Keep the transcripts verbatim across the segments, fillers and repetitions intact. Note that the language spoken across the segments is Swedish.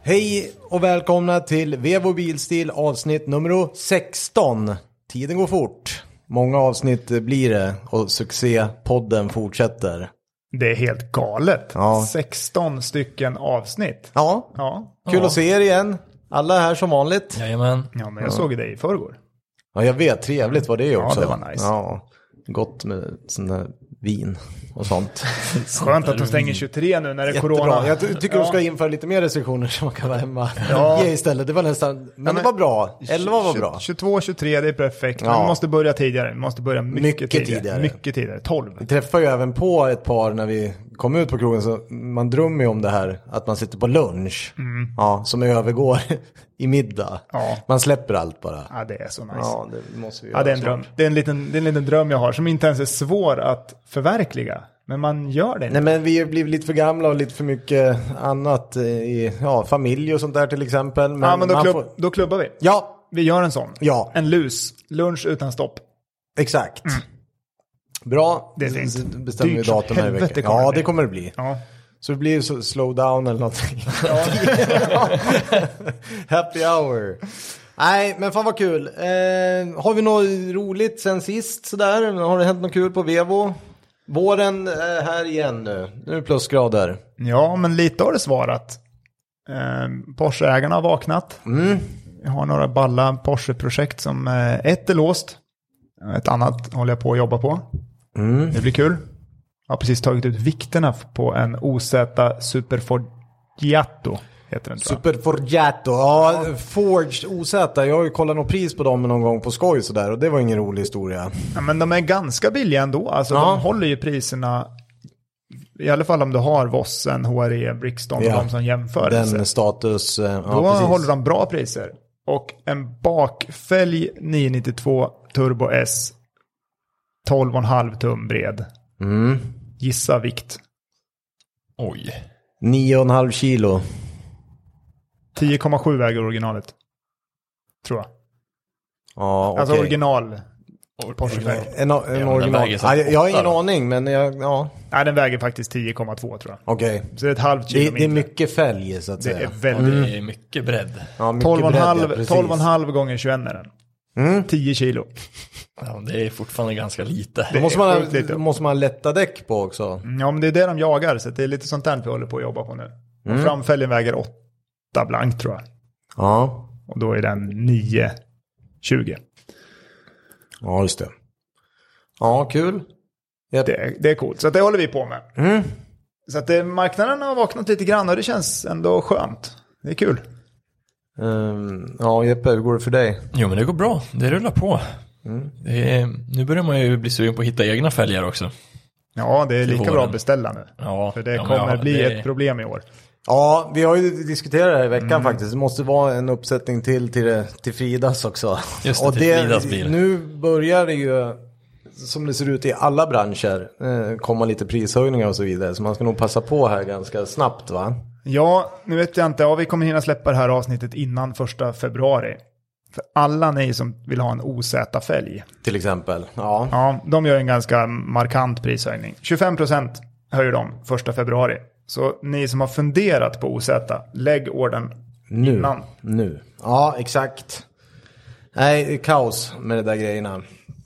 Hej och välkomna till Vevo Bilstil avsnitt nummer sexton. Tiden går fort. Många avsnitt blir det och succépodden fortsätter. Det är helt galet. Ja. sexton stycken avsnitt. Ja, Ja, kul Ja. att se er igen. Alla är här som vanligt. Jajamän. ja men jag såg dig i förrgår. Ja, jag vet. Trevligt var det också. Ja, det var nice. Ja, gott med sån där vin och sånt. Skönt att de stänger tjugotre nu när det är Jättebra. corona. Jag ty- tycker ja. de ska införa lite mer restriktioner så man kan vara hemma. Ja. Ge istället. Det var nästan, men, men- det var bra. elva var bra. tjugotvå tjugotre, det är perfekt. Men Ja. vi måste börja tidigare. Vi måste börja mycket, Mycket tidigare. tidigare. Mycket tidigare. tolv. Vi träffade ju även på ett par när vi kom ut på krogen, så man drömmer ju om det här att man sitter på lunch. Ja, som övergår i middag. Ja. Man släpper allt bara. Ja, det är så nice. Ja, det måste vi Ja, göra det är en snart. dröm. Det är en, liten, det är en liten dröm jag har som inte ens är svår att förverkliga. Men man gör det inte. Nej, men vi har blivit lite för gamla och lite för mycket annat i ja, familj och sånt där till exempel. Men ja, men då, man klubb, får... då klubbar vi. Ja, Vi gör en sån. Ja. En lus. Lunch utan stopp. exakt. Bra, Det är fint. S- bestämmer vi Dyrt som datum här i helvete veckan. kommer Ja, det bli. det kommer det bli. Ja. Så det blir så slow down eller någonting. Happy hour. Nej, men fan vad kul. Eh, har vi något roligt sen sist sådär? Har det hänt något kul på Vevo? Våren är här igen nu. Nu är det plusgrader. Ja, men lite har det svarat. Eh, Porsche-ägarna har vaknat. Mm. Jag har några balla Porsche-projekt som eh, ett är låst. Ett annat håller jag på att jobba på. Mm. Det blir kul. Jag har precis tagit ut vikterna på en O Z Superforgiato. Heter den, tror jag. Superforgiato. Ja, Forged O Z. Jag har ju kollat något pris på dem någon gång på skoj sådär. Och det var ingen rolig historia. Ja, men de är ganska billiga ändå. Alltså Ja. de håller ju priserna. I alla fall om du har Vossen, H R E, Brixton Ja. och de som jämför. Den status. eh, Ja, Då precis. håller de bra priser. Och en bakfälg niohundranittiotvå Turbo S. tolv komma fem tum bred. Mm. Gissa vikt. Oj. nio komma fem kilo. tio komma sju väger originalet. Tror jag. Ja, okej. Alltså original Porsche-fälg. En, en Ja, men den original. väger så Ja, jag, jag har ingen åtta då. aning, men jag, ja, Nej, den väger faktiskt tio komma två tror jag. okej. Så det är ett halvt kilo Det, det är mindre. mycket fälg så att Det är säga. väldigt... Det är mycket bredd. Ja, mycket tolv komma bredd, ja, fem precis. tolv komma fem gånger tjugoett är den. Mm. tio kilo. Ja, det är fortfarande ganska lite. Då Det måste är man, sjukt lite. ha, måste man ha lätta däck på också. Ja, men det är det de jagar. Så det är lite sånt där vi håller på att jobba på nu. Och Mm. framfälgen väger åtta blankt tror jag. Ja, Och då är den nio tjugo. ja just det. Ja, kul. Japp. Det, det är coolt. Så att det håller vi på med. Mm. Så att det, marknaden har vaknat lite grann och det känns ändå skönt. Det är kul. Um, ja, Jeppe, hur går det för dig? Jo, men det går bra. Det rullar på. Mm. Det är, nu börjar man ju bli sugen på att hitta egna fälgar också. Ja, det är Till lika våren. bra att beställa nu. Ja, För det ja, men kommer ja, bli det- ett problem i år. Ja, vi har ju diskuterat det här i veckan Mm. faktiskt. Det måste vara en uppsättning till till, det, till Fridas också. Just det, Och till Fridas bil. Nu börjar det ju, som det ser ut i alla branscher, eh, komma lite prishöjningar och så vidare. Så man ska nog passa på här ganska snabbt, va? Ja, nu vet jag inte. Ja, vi kommer hinna släppa det här avsnittet innan första februari. För alla ni som vill ha en O Z-fälg. Till exempel. Ja. Ja, de gör en ganska markant prishöjning. tjugofem procent höjer de första februari. Så ni som har funderat på O Z, lägg orden Nu. innan. Nu. Ja, exakt. Nej, det är kaos med de där grejerna.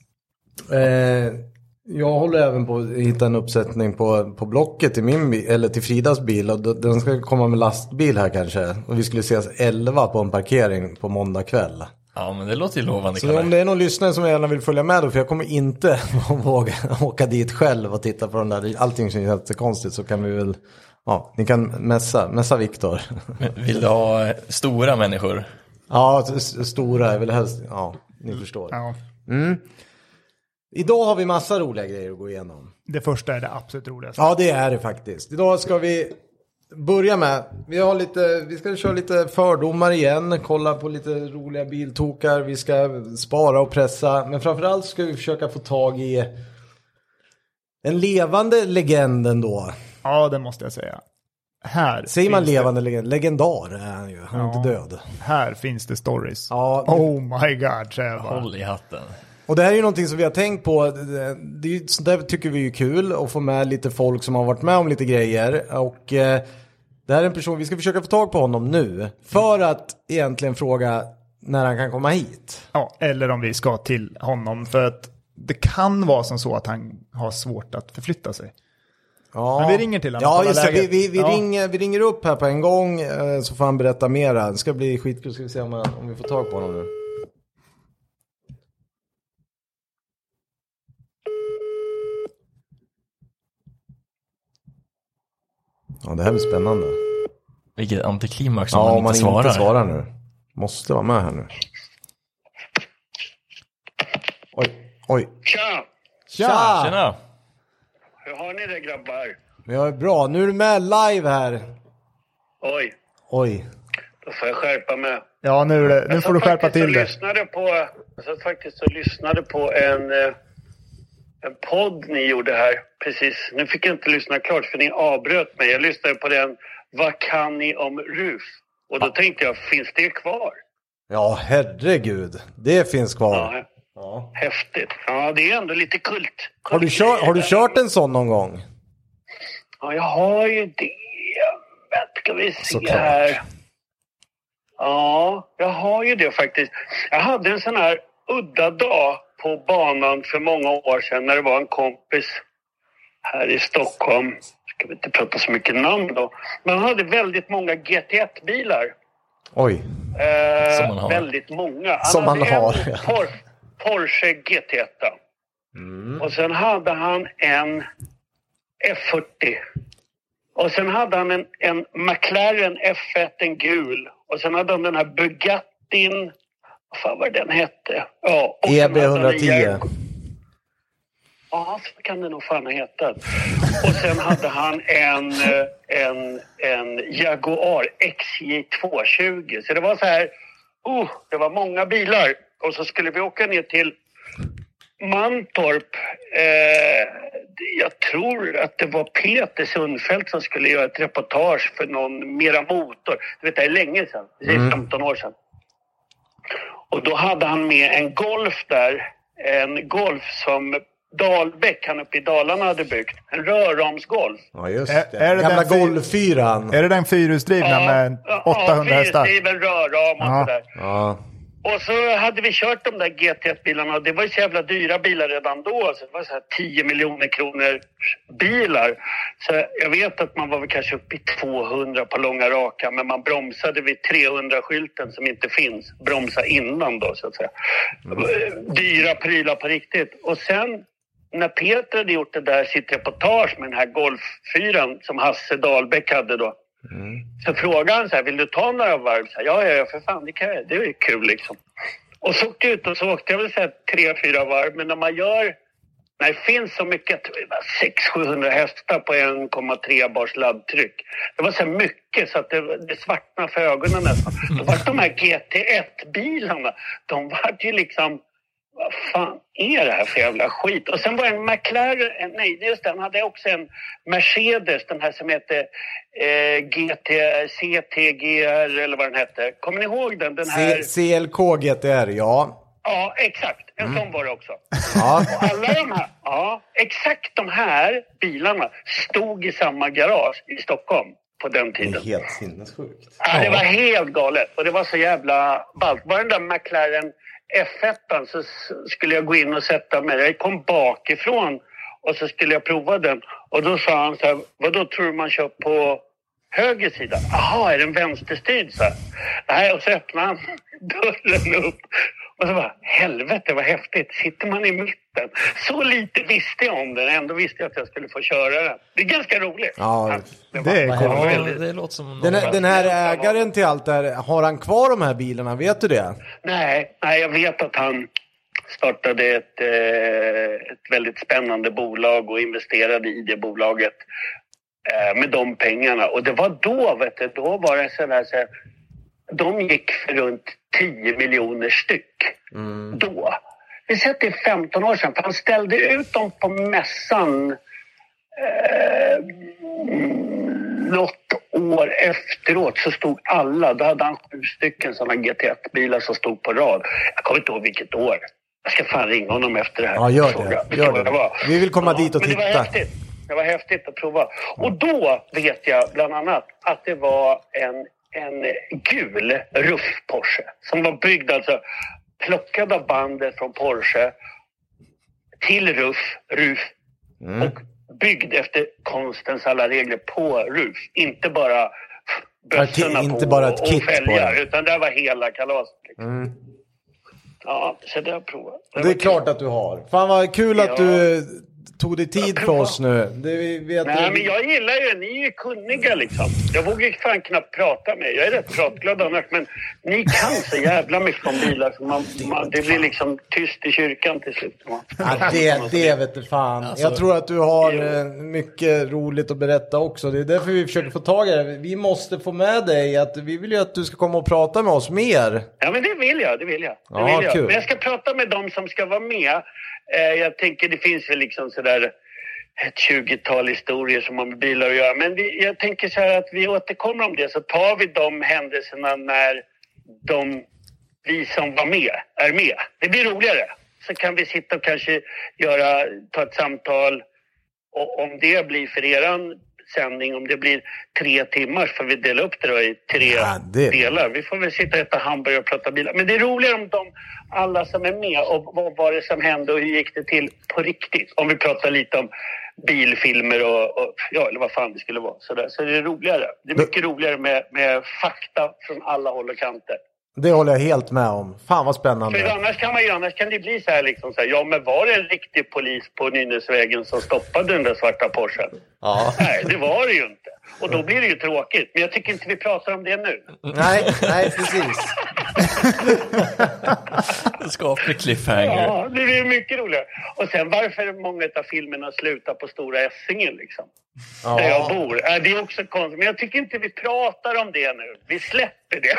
Eh, jag håller även på att hitta en uppsättning på, på Blocket till min bil, eller till Fridas bil. Och d- den ska komma med lastbil här kanske. Och vi skulle ses elva på en parkering på måndag kväll. Ja, men det låter ju lovande. Så Kalle. om det är någon lyssnare som gärna vill följa med då, för jag kommer inte våga åka dit själv och titta på den där, allting som är jättekonstigt, så kan vi väl, ja, ni kan mässa, mässa Viktor. Men vill du ha eh, stora människor? Ja, s- stora, jag vill helst, ja, ni förstår. Ja, Mm. Idag har vi massa roliga grejer att gå igenom. det första är det absolut roligaste. Ja, det är det faktiskt. Idag ska vi börja med, vi har lite, vi ska köra lite fördomar igen, kolla på lite roliga biltokar, vi ska spara och pressa, men framförallt ska vi försöka få tag i en levande legend ändå. Ja, det måste jag säga. Här Säger man finns levande legend? Legendar är han ju, han är Ja. inte död. det, här finns det stories. Ja, Oh my god, säger jag bara. Håll i hatten. och det här är ju någonting som vi har tänkt på. Det, det, är ju- sånt där tycker vi är kul att få med lite folk som har varit med om lite grejer. Och eh, Det här är en person, vi ska försöka få tag på honom nu. För att egentligen fråga när han kan komma hit. Ja, eller om vi ska till honom. För att det kan vara som så att han har svårt att förflytta sig. Ja. Men vi ringer till honom. Ja, just det. Vi, vi, vi, ja. ringer, vi ringer upp här på en gång. Så får han berätta mera. Det ska bli skitkul. Ska vi se om, om vi får tag på honom nu. Ja, det här blir spännande. Vilket antiklimax om ja, man om man inte svarar. inte svarar nu. Måste vara med här nu. Oj, oj. Tja! Tja! Tjena! Hur har ni det, grabbar? Ja, bra. Nu är du med live här. Oj, Oj. då får jag skärpa mig. Ja, nu, är det, nu Jag får du satt skärpa faktiskt till och det. Lyssnade på, jag satt faktiskt och lyssnade på en, eh, en podd ni gjorde här. Precis. Nu fick jag inte lyssna klart för ni avbröt mig. Jag lyssnade på den. Vad kan ni om R U F? Och då tänkte jag, finns det kvar? Ja, herregud. Det finns kvar. Ja, Ja. häftigt. Ja, det är ändå lite kult. Har, du kört, har du kört en sån någon gång? Ja, jag har ju det. Vänta, ska vi se Såklart. här. Ja, jag har ju det faktiskt. Jag hade en sån här udda dag på banan för många år sedan när det var en kompis här i Stockholm. Ska vi inte prata så mycket namn då. Men han hade väldigt många G T ett-bilar. Oj. Eh, Som man har. Väldigt många. Han Som hade man har, en ja. Por- Porsche G T ett. Mm. Och sen hade han en F fyrtio. Och sen hade han en, en McLaren F ett, en gul. Och sen hade han den här Bugattin. Vad fan var den hette? Ja, och E sen B hade han en etthundratio. Jag- Ja, så kan det nog fan ha hetat. Och sen hade han en, eh, en, en Jaguar X J tvåhundratjugo. Så det var så här, oh, det var många bilar. Och så skulle vi åka ner till Mantorp. Eh, jag tror att det var Peter Sundfeldt som skulle göra ett reportage för någon Mera Motor. Det vet jag, är länge sedan. Det är femton år sedan. Och då hade han med en Golf där. En Golf som Dahlbäck, han uppe i Dalarna, hade byggt. En rörramsgolf. Ja, just Är- det. är det Gamla den fyr- Golffyran. Är det den fyrhjulsdrivna med åttahundra hästar? Ja, fyrhjulsdriven rörram och Ja. sådär. Ja. Och så hade vi kört de där G T ett-bilarna och det var ju så jävla dyra bilar redan då. Så det var så här tio miljoner kronor bilar. Så jag vet att man var väl kanske uppe i tvåhundra på långa raka. Men man bromsade vid trehundra-skylten som inte finns. Bromsa innan då så att säga. Dyra prylar på riktigt. Och sen när Peter hade gjort det där sitt reportage med den här Golffyran som Hasse Dahlbäck hade då. Mm. Så frågade han så här, vill du ta några varv? Så här, ja, ja, för fan, det kan jag. Det är ju kul liksom. Och så åkte jag ut och så åkte jag väl så här tre, fyra varv. Men när man gör, när det finns så mycket, jag tror det var sex till sjuhundra hästar på en komma tre bars laddtryck. Det var så här mycket så att det, det svartnade för ögonen nästan. Då var de här G T ett-bilarna, de var ju liksom, vad fan är det här för jävla skit? Och sen var en McLaren, nej just det, han hade också en Mercedes, den här som heter eh, G T, C T G R eller vad den hette. Kommer ni ihåg den? Den här... C- CLK G T R, ja. Ja, exakt. En sån var det också. Ja. Och alla de här, ja, exakt de här bilarna stod i samma garage i Stockholm på den Det är tiden. helt sinnessjukt. Ja, det var helt galet. Och det var så jävla ballt. Var den där McLaren F ett så s- skulle jag gå in och sätta mig. Jag kom bakifrån och så skulle jag prova den. Och då sa han så här, vadå tror du man kör på höger sida? Jaha, är den vänsterstyrd så här? Nej, och så öppnade han dörren upp. Och så bara, helvete vad häftigt. Sitter man i mitten? Så lite visste jag om den. Ändå visste jag att jag skulle få köra den. Det är ganska roligt. Ja, det, det är var, coolt. Ja, väldigt... det låter som... Den, någon- den här ägaren till allt där, har han kvar de här bilarna? Vet du det? Nej, nej, jag vet att han startade ett, eh, ett väldigt spännande bolag och investerade i det bolaget eh, med de pengarna. Och det var då, vet du, då var det sådär så här, de gick för runt tio miljoner styck Mm. då. Vi ser att det är femton år sedan, för han ställde ut dem på mässan eh, något år efteråt så stod alla, då hade han sju stycken sådana G T ett-bilar som stod på rad. Jag kommer inte ihåg vilket år. Jag ska fan ringa honom efter det här. Ja, gör Fråga. det. Vet du Gör vad det. var? Vi vill komma dit och men det var titta. häftigt. Det Det var häftigt att prova. Och då vet jag bland annat att det var en, en gul ruff Porsche. Som var byggd, alltså plockad av bandet från Porsche till ruff, ruff mm. och byggd efter konstens alla regler på ruff. Inte bara bössorna inte på bara ett och kit fälgar, på utan det var hela kalaset. Liksom. Mm. Ja, så det har jag provat. Det, det är klart att du har. Fan vad kul ja. att du tog dig tid för oss nu. Det vi vet Nej, du... men jag gillar ju, ni är ju kunniga liksom. Jag vågar ju fan knappt prata med. Jag är rätt pratglad annars, men ni kan så jävla mycket om bilar så man, man, det blir liksom tyst i kyrkan till slut. Ja, det, det vet du fan. Alltså, jag tror att du har eh, mycket roligt att berätta också. Det är därför vi försöker få tag i det. Vi måste få med dig att vi vill ju att du ska komma och prata med oss mer. Ja, men det vill jag, det vill jag. Det ja, vill jag. Kul. Men jag ska prata med dem som ska vara med. Eh, jag tänker det finns väl liksom sådär ett tjugotal historier som har med bilar att göra. Men vi, jag tänker så här att vi återkommer om det, så tar vi de händelserna när de, vi som var med är med. Det blir roligare. Så kan vi sitta och kanske göra, ta ett samtal, och om det blir för eran sändning, om det blir tre timmar, får vi dela upp det då i tre ja, det... delar. Vi får väl sitta och äta hamburgare och prata bilar. Men det är roligare om de, alla som är med, och vad var det som hände och hur gick det till på riktigt. Om vi pratar lite om bilfilmer och, och ja, eller vad fan det skulle vara. Så, där. Så det är roligare. Det är mycket roligare med, med fakta från alla håll och kanter. Det håller jag helt med om. Fan vad spännande. För annars kan, man, annars kan det bli så här liksom så här, ja men var det en riktig polis på Nynäsvägen som stoppade den där svarta Porschen? Ja. Nej, det var det ju inte. Och då blir det ju tråkigt. Men jag tycker inte vi pratar om det nu. Nej, nej precis. Skaplig cliffhanger. Ja, det är mycket roligare. Och sen varför många av filmerna slutar på Stora Essingen liksom. Ja. Där jag bor. Det är också konstigt. Men jag tycker inte vi pratar om det nu. Vi släpper det.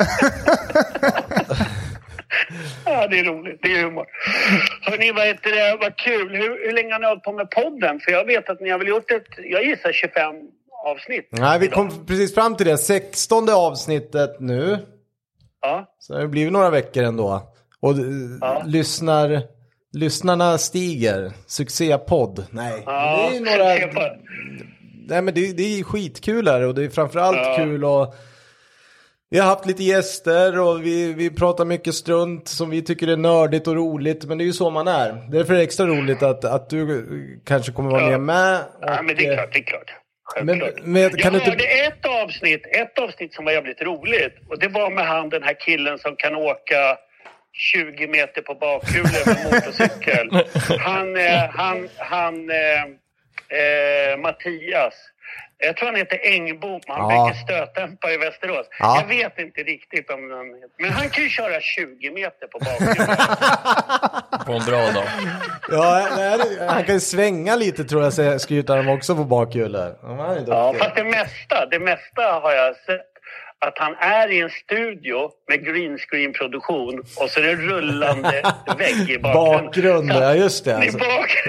Ja, det är roligt. Det är humor. Hörrni, vad heter det? Vad kul. Hur, hur länge har ni hållit på med podden? För jag vet att ni har väl gjort ett, jag gissar tjugofem avsnitt. Nej, vi kom precis fram till det. sextonde avsnittet nu. Ja. Så det har blivit några veckor ändå. Och ja. lyssnar, lyssnarna stiger. Succépodd. Nej, ja, det är några... Nej, men det, det är skitkul här. Och det är framförallt ja. kul och... Vi har haft lite gäster och vi, vi pratar mycket strunt som vi tycker är nördigt och roligt. Men det är ju så man är. Därför är det extra roligt att, att du kanske kommer vara ja. med. Och, ja, men det är klart, det är klart. Men, men, kan jag du hörde inte... ett avsnitt, ett avsnitt som var jävligt roligt. Och det var med han, den här killen som kan åka tjugo meter på bakhjulet med motorcykel. Han, eh, han, han eh, eh, Mattias. Jag tror han heter Engbom. Han ja. bygger stötdämpare i Västerås. Ja. Jag vet inte riktigt om han heter. Men han kan ju köra tjugo meter på bakhjulet. På en bra dag. Ja, nej, han kan ju svänga lite tror jag, skrytar de också på bakhjulet. Ja, ja, fast det mesta, det mesta har jag sett. Att han är i en studio med green screen produktion och så är det rullande vägg i bakgrunden. Bakgrund, ja just det. Alltså.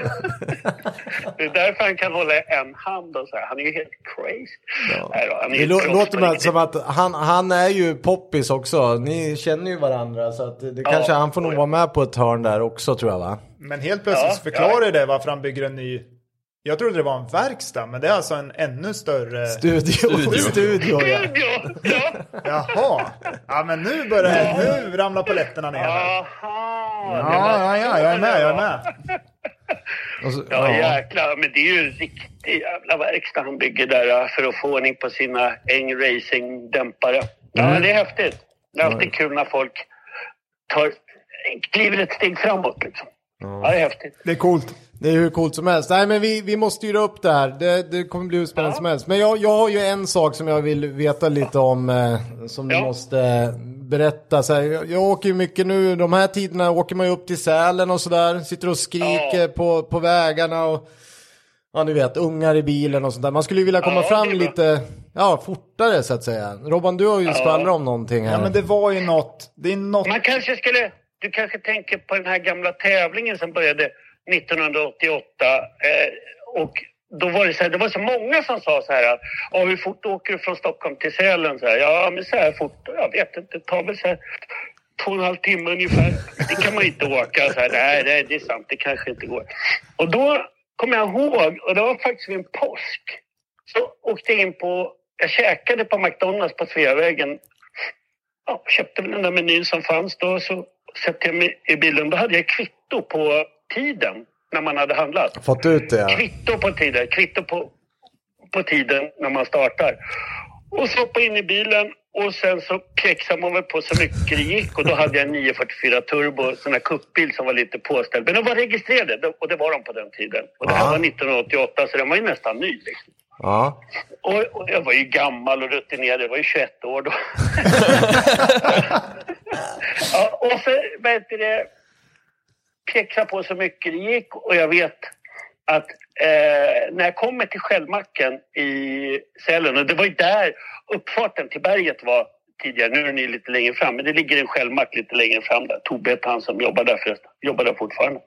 Det är därför han kan hålla en hand och så här. Han är ju helt crazy. Ja. Nej, då, han är det lå- låter mig som att han, han är ju poppis också. Ni känner ju varandra så att det ja, kanske han får nog vara med på ett hörn där också tror jag va? Men helt plötsligt ja, förklarar ja. det varför han bygger en ny... Jag trodde det var en verkstad, men det är alltså en ännu större... Studio. Studio, Studio ja. ja. Jaha. Ja, men nu börjar ja. nu ramla polletterna ner här. Jaha. Ja, ja, ja, jag är med, jag är med. Så, ja, ja, jäklar. Men det är ju en riktig jävla verkstad han bygger där för att få ordning på sina Eng-racing-dämpare. Ja, mm. det är häftigt. Det är alltid kul när folk tar, kliver ett steg framåt liksom. Ja. ja, det är häftigt. Det är coolt. Det är hur coolt som helst. Nej, men vi, vi måste styra upp det här. Det, det kommer bli hur spännande ja. som helst. Men jag, jag har ju en sak som jag vill veta lite om. Eh, som ja. du måste berätta. Så här, jag, jag åker ju mycket nu. De här tiderna åker man ju upp till Sälen och sådär. Sitter och skriker ja. på, på vägarna. Och, ja, ni vet, ungar i bilen och sånt där. Man skulle ju vilja komma ja, fram lite ja, fortare så att säga. Robban, du har ju ja. skvallrat om någonting här. Ja, men det var ju något. Det är något. Man kanske skulle... Du kanske tänker på den här gamla tävlingen som började nittonhundraåttioåtta eh, och då var det så här, det var så många som sa så här att ja, hur fort åker du från Stockholm till Sälen? Så här, ja, men så här fort, jag vet inte, det tar väl så här två och en halv timme ungefär. Det kan man inte åka så här, nej, nej, det är sant, det kanske inte går. Och då kommer jag ihåg, och det var faktiskt vid en påsk. Så åkte jag in på, jag käkade på McDonalds på Sveavägen. Ja, köpte väl den där menyn som fanns då, så satte jag mig i bilen. Då hade jag kvitto på tiden när man hade handlat. Fått ut det, ja. Kvitto på tiden, kvitto på, på tiden när man startar. Och så hoppade in i bilen och sen så pjäxade man väl på så mycket det gick. Och då hade jag en nio fyrtiofyra turbo, sån här kuppbil som var lite påställd. Men de var registrerade, och det var de på den tiden. Och det här Ja. var nittonhundraåttioåtta, så den var ju nästan ny liksom. Ja. Och, och jag var ju gammal och rutinerad, jag var ju tjugoett år då. Ja, och så vet du det, pjäxa på så mycket det gick, och jag vet att eh, när jag kommer till Skällmacken i Sälen, och det var ju där uppfarten till berget var tidigare, nu är den ju lite längre fram, men det ligger en Skällmack lite längre fram där. Tobbe heter han som jobbar där förresten, jobbar där fortfarande.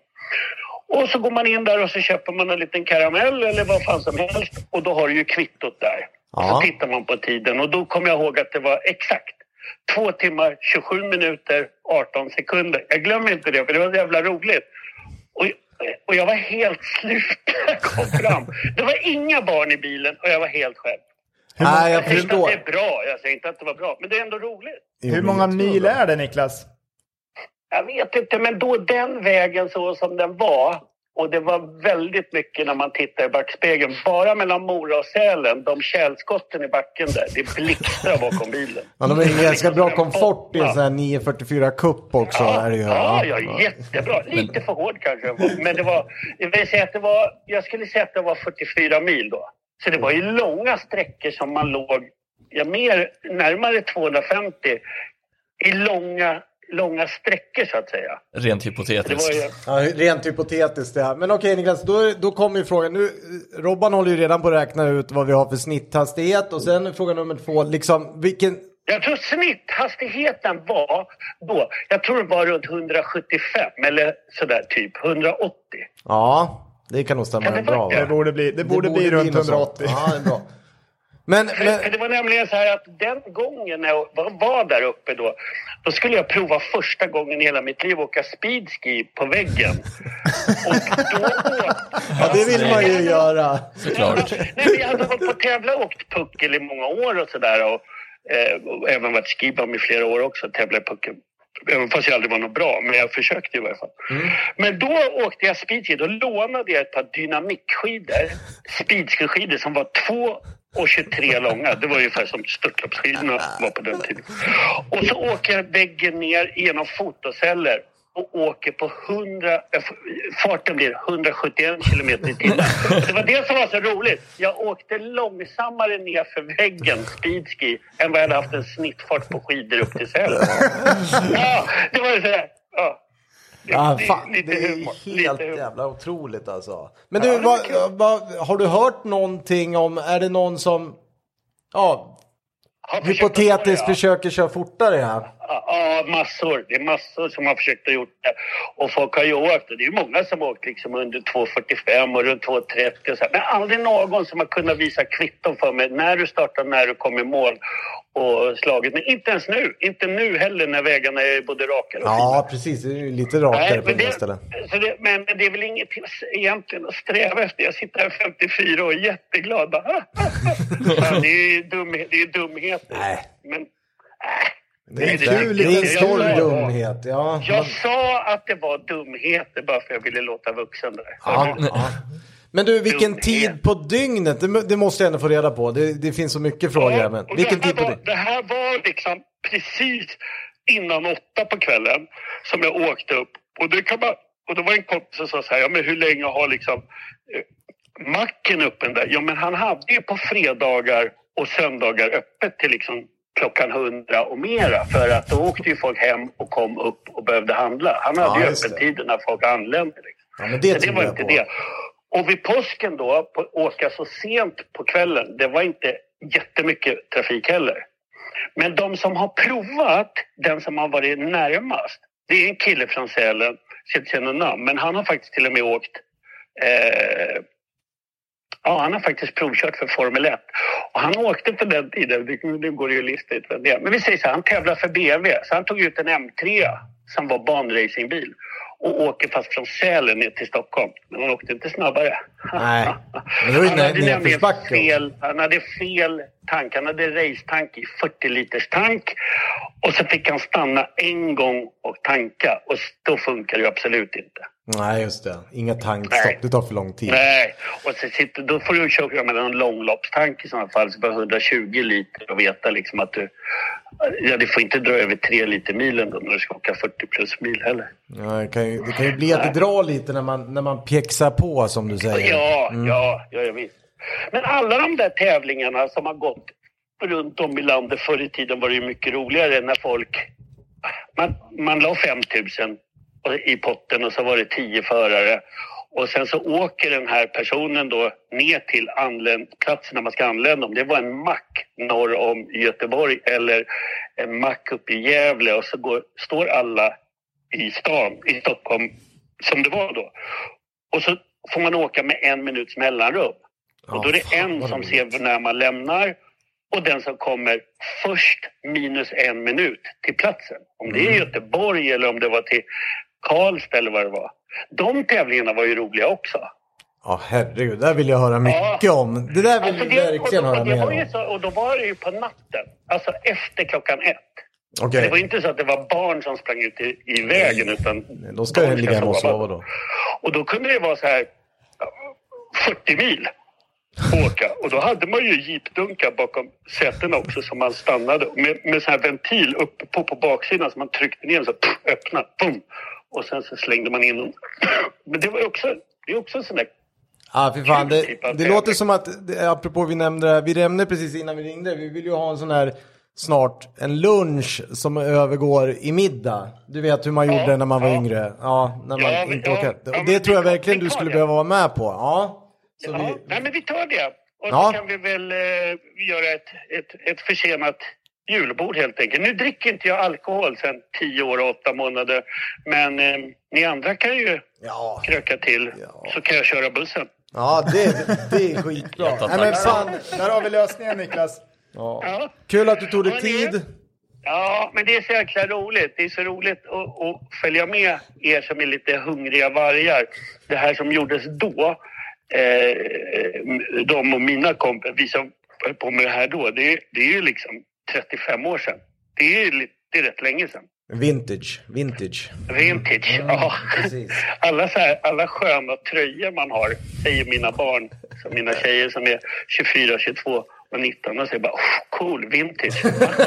Och så går man in där och så köper man en liten karamell eller vad fan som helst, och då har du ju kvittot där. Ja. Så tittar man på tiden, och då kommer jag ihåg att det var exakt två timmar, tjugosju minuter, arton sekunder. Jag glömmer inte det, för det var så jävla roligt. Och, och jag var helt slut när jag kom fram. Det var inga barn i bilen och jag var helt själv. Nej, jag Jag säger inte förstår. att det är bra, jag säger inte att det var bra, men det är ändå roligt. Hur många mil är det, Niklas? Jag vet inte, men då den vägen så som den var, och det var väldigt mycket när man tittar i backspegeln, bara mellan Mora och Sälen, de kärlskotten i backen där, det blixtrar bakom bilen. Ja, de är ganska bra komfort i en sån här nio fyrtiofyra kupp också. Ja, är det ju. ja, ja, jättebra. Lite för hård kanske. Men det var, jag vill säga att det var, jag skulle säga att det var fyrtiofyra mil då. Så det var ju långa sträckor som man låg, ja, mer, närmare tvåhundrafemtio i långa, långa sträckor så att säga. Rent Det hypotetiskt. var ju, Ja, rent hypotetiskt det här. Men okej Niklas, då, då kommer ju frågan. Nu, Robban håller ju redan på att räkna ut vad vi har för snitthastighet. Och sen fråga nummer två, liksom vilken... jag tror snitthastigheten var då, jag tror det var runt hundrasjuttiofem eller sådär typ, hundraåttio. Ja, det kan nog stämma Kan det bra. vara? Va? Det borde bli, det borde bli runt något sånt. hundraåttio. Ja, det är bra. Men, För, men för det var nämligen så här att den gången när jag var, var där uppe då, då skulle jag prova första gången i hela mitt liv åka speedski på väggen. Och då åkte... ja, det vill man ju göra. Såklart. Nej, men jag hade varit på tävla och åkt puckel i många år och sådär. Och, eh, och även varit skibam i flera år också, tävla i puckel. Även fast jag aldrig var något bra, men jag försökte i varje fall. Mm. Men då åkte jag speedski, då lånade jag ett par dynamikskidor. Speedski-skidor som var två och tjugotre långa. Det var ungefär som störtloppsskidorna var på den tiden. Och så åker jag väggen ner genom fotoceller och åker på hundra, farten blir hundrasjuttioen kilometer i timmen. Det var det som var så roligt. Jag åkte långsammare ner för väggen, speedski, än vad jag hade haft en snittfart på skidor upp till Sälen. Ja, det var ju sådär. Ja. Det, Ja, det, fan, lite det är humor, helt lite humor. jävla otroligt alltså. Men Ja, du, det var vad, kul. vad, har du hört någonting om, är det någon som, ja, Har försökt att hypotetiskt göra. försöker köra fortare här? Ja, massor. Det är massor som har försökt att gjort det. Och folk har ju åkt. Det är ju många som har åkt liksom under två fyrtiofem och runt två trettio och så här. Men aldrig någon som har kunnat visa kvitton för mig när du startar, när du kommer i mål och slaget. Men inte ens nu. Inte nu heller när vägarna är både rakare och Ja, precis. Det är ju lite rakare Nej, på men en del det, ställen. så det, men, men det är väl inget egentligen att sträva efter. Jag sitter här femtiofyra och är jätteglad. Bara, Fan, det är ju dumhet, det är dumheter. Nej. Men, äh, Det är, det det är är, lite- en jag stor sa- dumhet. Ja, Jag sa att det var dumheter bara för jag ville låta vuxen där. ja, ja. Men du, vilken Dumhet. tid på dygnet? Det, det måste jag ändå få reda på. Det, det finns så mycket frågor här. Men och vilken det, här tid på var, dygnet? det här var liksom precis innan åtta på kvällen som jag åkte upp. Och det, kan man, och det var en kompis som sa så här, ja men hur länge har liksom eh, macken öppen där? Ja men han hade ju på fredagar och söndagar öppet till liksom klockan hundra och mera. För att då åkte ju folk hem och kom upp och behövde handla. Han hade Ja, ju just öppen det. tid när folk anlände. Liksom. Ja, men det Så det tror var jag inte på. det. Och vid påsken då, på, åka så sent på kvällen, det var inte jättemycket trafik heller. Men de som har provat, den som har varit närmast, det är en kille från Sälen, jag känner namn, men han har faktiskt till och med åkt, eh, ja han har faktiskt provkört för Formel ett. Och han åkte på den tiden, det, det går ju lista ut vad det är. Men vi säger så här, han tävlar för B M W, så han tog ut en M tre som var banracingbil. och åker fast från Sälen ner till Stockholm. Men han åkte inte snabbare. Nej, men det var ju han, hade nämligen fel, han hade fel tank. Han hade racetank i fyrtio liters tank. Och så fick han stanna en gång och tanka. Och då funkar det ju absolut inte. Nej, just det. Inga tankstopp. Det tar för lång tid. Nej, och så sitter, då får du köra med en långloppstank i sådana fall. Så bara hundratjugo liter och veta liksom att du... Ja, det får inte dra över tre liter milen då när du ska åka fyrtio plus mil heller. Ja, det kan ju, det kan ju bli att det drar lite när man, när man pjäxar på, som du säger. Ja, mm. ja, ja, jag vet. Men alla de där tävlingarna som har gått runt om i landet förr i tiden var det ju mycket roligare när folk... Man, man la fem tusen i potten och så var det tio förare. Och sen så åker den här personen då ner till anländ, platsen när man ska anlända. Om det var en mack norr om Göteborg eller en mack uppe i Gävle. Och så går, står alla i stan, i Stockholm, som det var då. Och så får man åka med en minuts mellanrum. Ja, och då är det en som ser när man lämnar. Och den som kommer först minus en minut till platsen. Om det är Göteborg eller om det var till Karlstad eller vad det var. De tävlingarna var ju roliga också. Ja, herregud. Det där vill jag höra mycket ja. om. Det där vill alltså jag det, verkligen och, och, höra och det mer var ju om. så, och då var det ju på natten. Alltså efter klockan ett. Okay. Det var inte så att det var barn som sprang ut i, i vägen. Utan då ska jag ligga och sova då. Och då kunde det vara så här fyrtio mil åka. Och då hade man ju jeepdunkar bakom sätena också som man stannade. Med, med så här ventil uppe på, på baksidan som man tryckte ner så pff, öppna, boom. Och sen så slängde man in dem. Men det var också, det är också en sån där... Ja, för fan. Det, typ det låter som att, det, apropå vi nämnde, vi nämnde precis innan vi ringde, vi vill ju ha en sån här snart, en lunch som övergår i middag. Du vet hur man ja, gjorde när man var ja. yngre. Ja, när man ja, inte ja, åkade. Ja, det tror jag verkligen du skulle det. behöva vara med på. Ja, så ja vi... nej, men vi tar det. Och ja. så kan vi väl eh, göra ett, ett, ett försenat julbord helt enkelt. Nu dricker inte jag alkohol sedan tio år och åtta månader. Men eh, ni andra kan ju ja. kröka till. Ja. Så kan jag köra bussen. Ja, det, det är skitbra. Nej, men fan, där har vi lösningen, Niklas. Ja. Ja. Kul att du tog dig tid. Ja, men det är så jäkla roligt. Det är så roligt att, att följa med er som är lite hungriga vargar. Det här som gjordes då, eh, de och mina kompisar, vi som höll på med det här då, det, det är ju liksom trettiofem år sedan. Det är ju det är rätt länge sedan. Vintage, vintage. Vintage, mm, ja. Precis. Alla, så här, alla sköna tröjor man har, säger mina barn, som mina tjejer som är tjugofyra, tjugotvå och nitton och säger bara, oh, cool, vintage.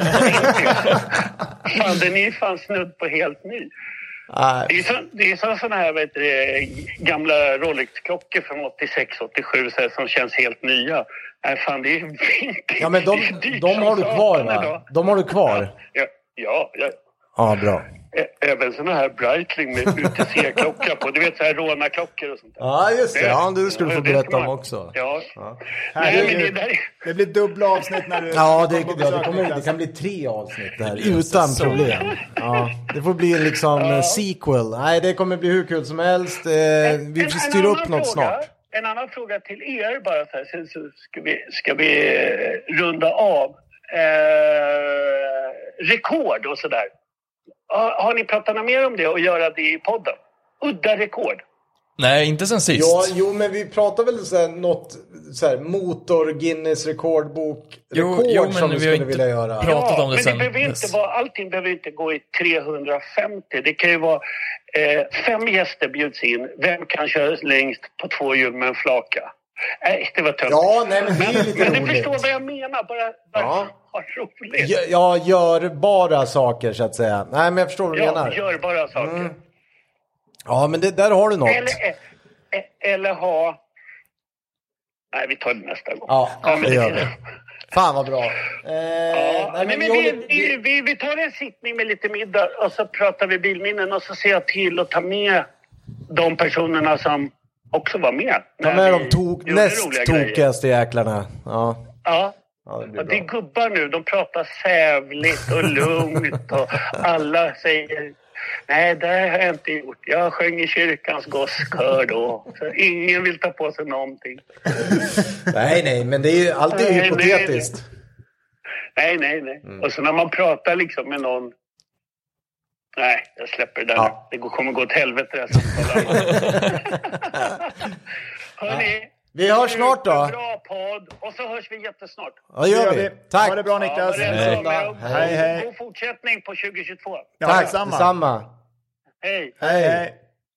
Fan, den är fan snudd på helt ny. Ah. Det är så, det är så sådana här vet du, gamla Rolex-klockor från åttiosex åttiosju så här, som känns helt nya. Nej, fan, det är vintage. Ja, men de, de har du kvar, va? De har du kvar? Ja, ja. ja. Ja, bra. Även såna här Breitling med U T C-klocka på. Du vet så här råna-klockor och sånt där. Ja, just det. Ja, du skulle få berätta om också. Ja. ja. Nej, det, men det, där... det blir dubbla avsnitt när du... Ja, det, det, det, kommer, det kan bli tre avsnitt där utan så. problem. Ja, det får bli liksom ja. sequel. Nej, det kommer bli hur kul som helst. Eh, vi får styra upp något fråga, snart. En annan fråga till er bara så här. Sen så ska vi, ska vi runda av. Eh, rekord och sådär. Har, har ni pratat mer om det och göra det i podden? Udda rekord. Nej, inte sen sist. Ja, jo, men vi pratar väl så här, något så här, motor Guinness rekordbok rekord jo, jo, som vi, vi skulle vilja göra. Pratat ja, om det men sen. Det behöver inte vara, allting behöver inte gå i trehundrafemtio. Det kan ju vara eh, fem gäster bjuds in. Vem kan köra längst på två hjul med en flaka? Nej, det var tönt. Ja, nej, men det är lite men, roligt. Men du förstår vad jag menar. Bara, bara ja. ha roligt. Ja, ja, gör bara saker så att säga. Nej, men jag förstår vad du ja, menar. gör bara saker. Mm. Ja, men det, där har du något. Eller, eller ha... Nej, vi tar det nästa gång. Ja, ja det gör vi. Fan vad bra. Eh, ja, nej, men men vi, håller... vi, vi, vi tar en sittning med lite middag och så pratar vi bilminnen och så ser jag till att ta med de personerna som också var med. Ta med de tok, näst tokigaste jäklarna. Ja. Ja. Ja, det, det är gubbar nu, de pratar sävligt och lugnt och alla säger nej, det har jag inte gjort. Jag sjöng i kyrkans gosskör då. Så ingen vill ta på sig någonting. nej, nej, men det är ju alltid nej, hypotetiskt. Nej, nej, nej. nej. Mm. Och så när man pratar liksom med någon Nej, jag släpper det där. Ja. Det kommer gå åt helvete det här samtalet. Hörni, Vi hörs snart då. bra podd. Och så hörs vi jättesnart. Ja, gör vi. Tack. Ha det bra, Niklas. Ja, Hej. hej. Hej, hej. God fortsättning på tjugohundratjugotvå. Ja, Tack, detsamma. detsamma. Hej. Hej. Hej.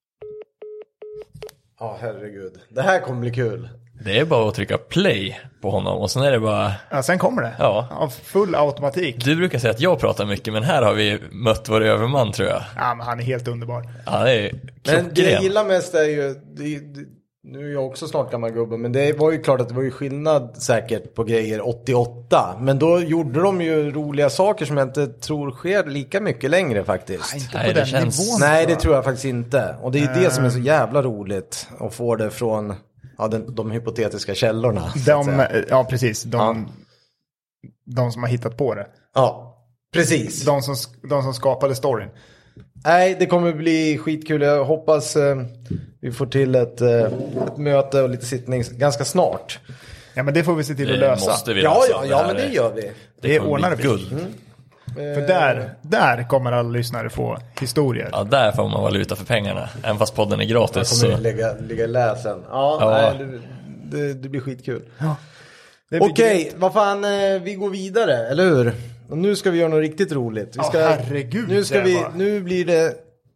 Ja, herregud. Det här kommer bli kul. Det är bara att trycka play på honom och sen är det bara... Ja, sen kommer det. Ja. Av full automatik. Du brukar säga att jag pratar mycket, men här har vi mött vår överman, tror jag. Ja, men han är helt underbar. Ja, det är Men det jag klockren. gillar mest är ju, det, det, nu är jag också snart gammal gubbe, men det var ju klart att det var ju skillnad säkert på grejer åttioåtta. Men då gjorde de ju roliga saker som jag inte tror sker lika mycket längre faktiskt. Nej, inte Nej, på det den känns- nivån. Nej, det jag. tror jag faktiskt inte. Och det är ju det som är så jävla roligt att få det från ja, den, de hypotetiska källorna. så att De, säga. ja, precis. De, Ja. de som har hittat på det. Ja, precis. De som, de som skapade storyn. Nej, det kommer bli skitkul. Jag hoppas eh, vi får till ett, eh, ett möte och lite sittning ganska snart. Ja, men det får vi se till att Det lösa. måste vi Ja, lösa. ja, ja, här men det är- gör vi. Det kommer ordnar bli vi. guld. För där, där kommer alla lyssnare få historier. Ja, där får man valuta för pengarna. Även fast podden är Jag gratis. kommer Så. lägga, lägga i läsen. Ja, Ja. nej, det, det, det blir skitkul. Det blir Okej, grymt. vad fan, eh, vi går vidare, eller hur? Och nu ska vi göra något riktigt roligt. Vi Ja, ska, herregud, nu ska det vi, var- nu blir det,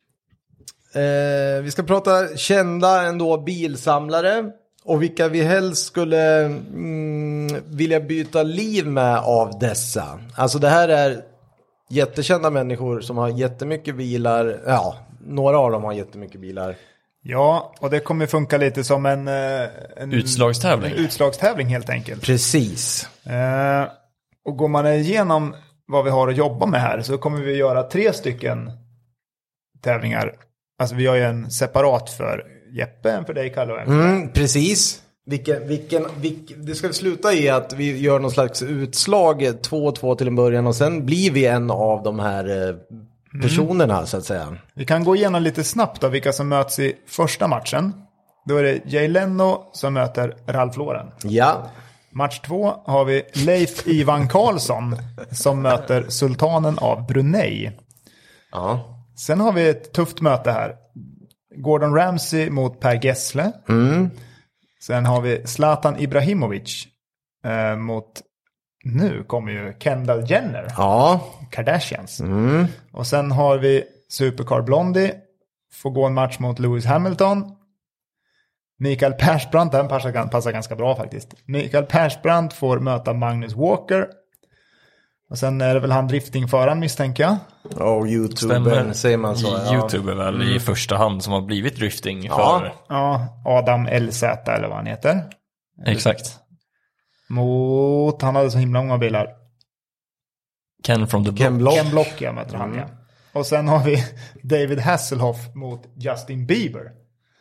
eh, vi ska prata kända ändå bilsamlare. Och vilka vi helst skulle mm, vilja byta liv med av dessa. Alltså det här är jättekända människor som har jättemycket bilar. Ja, några av dem har jättemycket bilar. Ja, och det kommer funka lite som en, eh, en Utslagstävling. En utslagstävling helt enkelt. Precis. Eh, och går man igenom vad vi har att jobba med här så kommer vi göra tre stycken tävlingar. Alltså vi har ju en separat för Jeppe, en för dig Kalle och en för mig. Mm, precis. Vilken, vilken, vilken, det ska sluta i att vi gör någon slags utslag två två till en början och sen blir vi en av de här eh, personerna så att säga. Vi kan gå igenom lite snabbt av vilka som möts i första matchen. Då är det Jay Leno som möter Ralph Lauren. Ja. Match två har vi Leif Ivan Karlsson som möter sultanen av Brunei. Ja. Sen har vi ett tufft möte här. Gordon Ramsay mot Per Gessle. Mm. Sen har vi Zlatan Ibrahimovic eh, mot, nu kommer ju Kendall Jenner, Ja. Kardashians. Mm. Och sen har vi Supercar Blondie, får gå en match mot Lewis Hamilton. Mikael Persbrandt, den passar, passar ganska bra faktiskt. Mikael Persbrandt får möta Magnus Walker. Och sen är det väl han driftingföraren misstänker jag. Och YouTuben, säger man så. Ja. YouTube är väl i första hand som har blivit drifting Ja. för... Ja, Adam L Z eller vad han heter. Exakt. Mot, han hade så himla många bilar. Ken from the Ken Block. Block. Ken Block, jag möter han, ja. Och sen har vi David Hasselhoff mot Justin Bieber.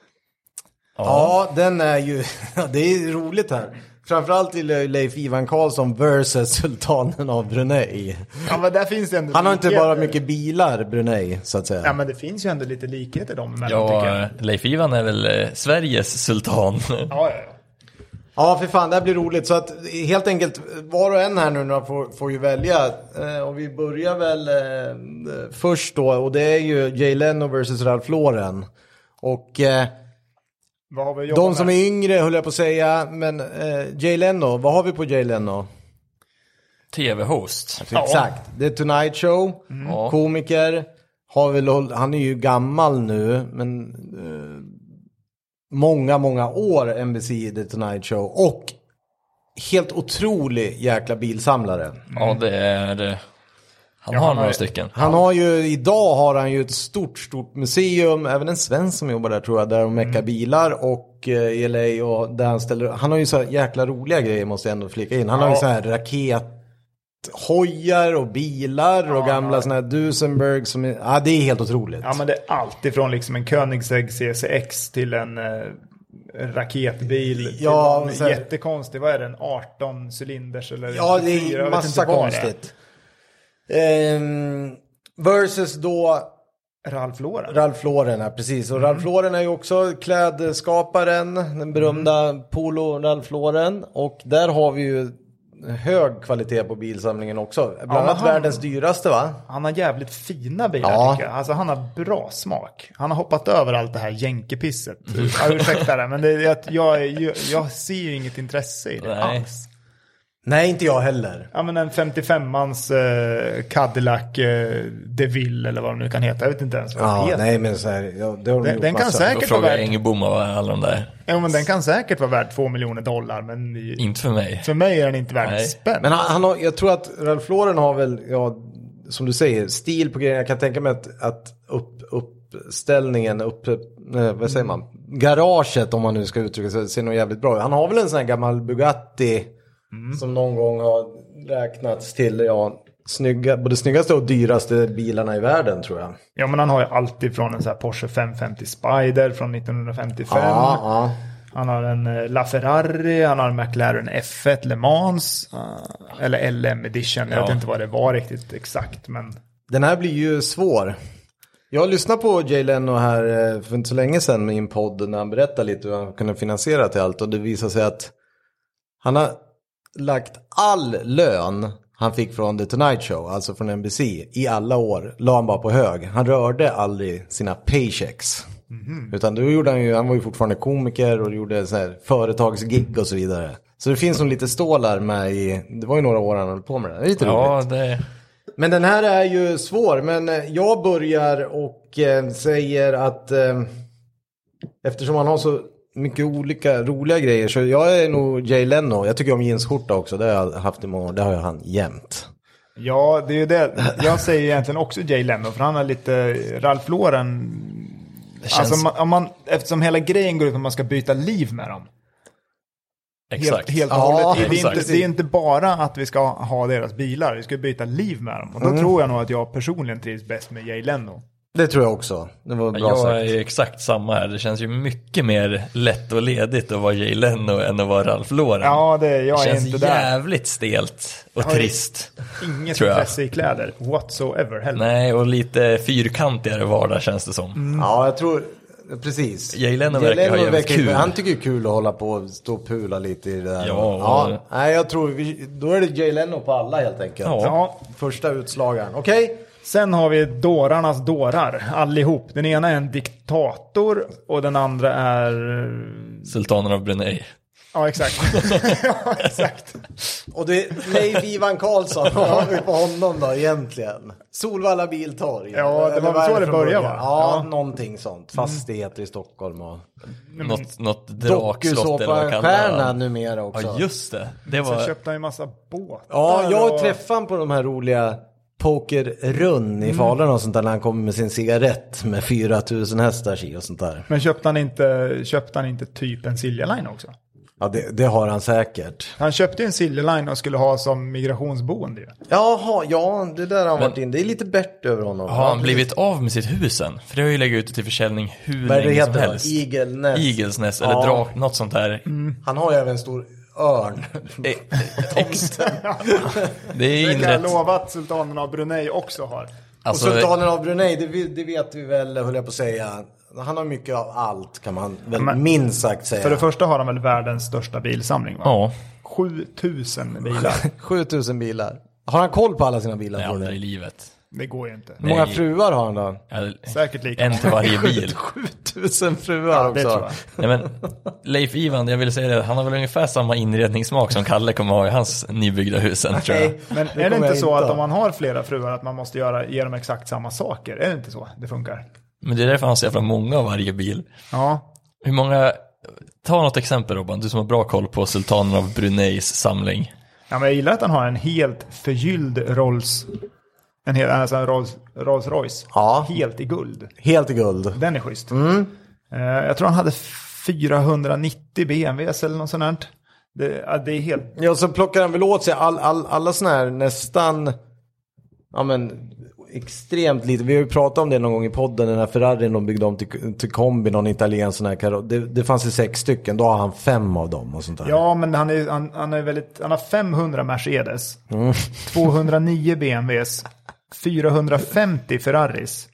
Ja, den är ju, det är roligt här. Framförallt till Leif Ivan Karlsson versus sultanen av Brunei. Ja, men där finns det ändå Han har inte likheter. bara mycket bilar, Brunei, så att säga. Ja, men det finns ju ändå lite likheter dem emellan, tycker jag. Ja, Leif Ivan är väl eh, Sveriges sultan. Ja, ja, ja. Ja, för fan, det här blir roligt. Så att helt enkelt, var och en här nu får, får ju välja. Eh, och vi börjar väl eh, först då. Och det är ju Jay Leno versus Ralph Lauren. Och eh, Vad har vi att jobba de som med? är yngre höll jag på att säga. Men eh, Jay Leno, vad har vi på Jay Leno? Tv-host. Exakt, The Tonight Show. Ja. Komiker. Har väl, håll- han är ju gammal nu, men eh, många, många år N B C The Tonight Show. Och helt otrolig jäkla bilsamlare. Ja, det är det. Han Ja, har han några har- stycken. Han har ju, idag har han ju ett stort, stort museum, även en svensk som jobbar där tror jag, där de meckar bilar och eh, i L A och där han ställer, han har ju så här jäkla roliga grejer måste jag ändå flika in. Han har ju Ja. så här rakethojar och bilar och gamla såna här Duesenberg som är, ja det är helt otroligt. Ja, men det är allt ifrån liksom en Koenigsegg C C X till en, eh, en raketbil. Ja, till så en här- jättekonstig, vad är det, en arton cylinders eller Ja, det tjugofyra, är jag vet massa inte vad det är. konstigt. Ehm, versus då Ralph Lauren. Ralph Lauren, ja, precis. Och Mm. Ralph Lauren är ju också klädskaparen, den berömda Mm. Polo Ralph Lauren. Och där har vi ju hög kvalitet på bilsamlingen också. Bland Ja, annat han- världens dyraste, va? Han har jävligt fina bilar Ja. tycker jag. Alltså han har bra smak. Han har hoppat över allt det här jänkepisset. Ja, ursäkta det, men det, jag, jag, jag, jag ser ju inget intresse i det Nej. alls. Nej, inte jag heller. Ja, men en femtiofemmans eh, Cadillac eh, DeVille eller vad de nu kan heta. Jag vet inte ens vad Ja, det heter. nej, men så här, ja, det har de Den- gjort den kan massa. Då säkert vara frågar värd... Engebom och alla de där. Ja, men den kan säkert vara värd två miljoner dollar. Men i, Inte för mig. för mig är den inte värd Nej. spänn. Men han, han har, jag tror att Ralph Lauren har väl, ja, som du säger, stil på grejer. Jag kan tänka mig att, att upp, uppställningen, upp, eh, vad säger man, garaget om man nu ska uttrycka sig, ser nog jävligt bra ut. Han har väl en sån här gammal Bugatti som någon gång har räknats till, ja, snygga, både snyggaste och dyraste bilarna i världen, tror jag. Ja, men han har ju alltid från en sån här Porsche femhundrafemtio Spider från nittonhundrafemtiofem. Ja, ja. Han har en eh, LaFerrari, han har en McLaren F ett Le Mans. eh, eller L M Edition, jag Ja. vet inte vad det var riktigt exakt. Men Den här blir ju svår. Jag lyssnade på Jay Leno här eh, för inte så länge sedan med en podd när han berättade lite hur han kunde finansiera till allt. Och det visade sig att han har lagt all lön han fick från The Tonight Show, alltså från N B C, i alla år. La han bara på hög. Han rörde aldrig sina paychecks. Mm-hmm. Utan då gjorde han ju, han var ju fortfarande komiker och gjorde så här företagsgig och så vidare. Så det finns nog lite stålar med i, det var ju några år han höll på med det. Det är lite Ja, roligt. det... Men den här är ju svår, men eh, jag börjar och eh, säger att eh, eftersom han har så mycket olika roliga grejer så jag är nog Jay Leno. Jag tycker om jeansskjorta också, det har jag haft i många år, det har jag han jämt. ja, det är ju det. Jag säger egentligen också Jay Leno, för han har lite Ralph Lauren. känns- Alltså, man, om man, eftersom hela grejen går ut på att man ska byta liv med dem. Exakt. Helt, helt och Ja, hållet. Det är, exakt. inte, det är inte bara att vi ska ha deras bilar, vi ska byta liv med dem. Och då tror jag nog att jag personligen trivs bäst med Jay Leno. Det tror jag också. Det var bra Jag sagt. är exakt samma här. Det känns ju mycket mer lätt och ledigt att vara Jay Leno än att vara Ralph Lauren. Ja, det, jag det är känns inte där. jävligt stelt och har ju- trist. Inget tror jag. intresse i kläder whatsoever heller. Nej, och lite fyrkantigare vardag känns det som. Ja, jag tror, precis. Jay Leno verkar ha jävligt verkar- kul. Han tycker det är kul att hålla på och stå och pula lite i det där. Ja, ja. Nej, jag tror, vi, då är det Jay Leno på alla helt enkelt. Ja. Ja. Första utslagaren, okej? Sen har vi dårarnas dårar, allihop. Den ena är en diktator och den andra är... Sultanen av Brunei. Ja, exakt. ja, exakt. Och det är Leif Ivan Karlsson, vad har vi på honom då egentligen? Solvalla biltorg. Ja, det Eller var vad är så det från började, början? va? Ja, Ja. någonting sånt. Fastigheter i Stockholm och Något, något drakslott eller vad kallar dokusåpa-stjärna han? numera också. Ja, just det. Det Sen var... köpte han ju massa båtar. Ja, jag och- träffade han på de här roliga pokerrun i Falun och sånt där när han kommer med sin cigarett med fyra tusen hästar i och sånt där. Men köpte han inte, köpte han inte typ en Silja Line också? Ja, det, det har han säkert. Han köpte ju en Silja Line och skulle ha som migrationsboende ju. Jaha, ja, det där har han varit in. Det är lite bärt över honom. Har han blivit av med sitt hus än? För det har ju legat ute till försäljning hur Vad är det länge som heter då? helst. Eagle Nest. Eagles Nest eller Ja. drak, något sånt där. Han har ju även en stor örn. Eh, ex- det är Det kan jag inrett. lova att sultanen av Brunei också har. Alltså, och sultanen av Brunei, det, vi- det vet vi väl, höll jag på att säga. Han har mycket av allt, kan man väl Men- minst sagt säga. För det första har han väl världens största bilsamling, va? ja, sjutusen bilar. sjutusen bilar. Har han koll på alla sina bilar? nej, tror aldrig du? i livet. Det går ju inte. Hur många Nej. fruar har han då? Ja, Säkert lika en till varje bil. sjutusen fruar Ja, också. det tror jag. Nej, men Leif Ivan, jag vill säga det, han har väl ungefär samma inredningssmak som Kalle kommer ha i hans nybyggda husen, tror jag. Nej, Men det är det kommer inte jag så att ha. om man har flera fruar att man måste göra, ge dem exakt samma saker? Är det inte så det funkar? Men det är därför han har så jävla många av varje bil. Ja. Hur många, ta något exempel Robban, du som har bra koll på sultanen av Bruneis samling. Ja, men jag gillar att han har en helt förgylld Rolls, en hel, alltså en Rolls, Rolls Royce. Ja. Helt i guld. Helt i guld. Den är schysst. Mm. Eh, jag tror han hade fyrahundranittio B M Ws eller något sånt här. Det, ja, det är helt... Ja, så plockar han väl åt sig all, all, alla såna här nästan, ja men, extremt lite. Vi har ju pratat om det någon gång i podden, den här Ferrarin de byggde om till, till kombi, någon italiensk sån här karo. Det, det fanns ju sex stycken, då har han fem av dem och sånt där. Ja, men han, är, han, han, är väldigt, han har femhundra Mercedes, Mm. tvåhundranio B M Ws, fyrahundrafemtio Ferraris,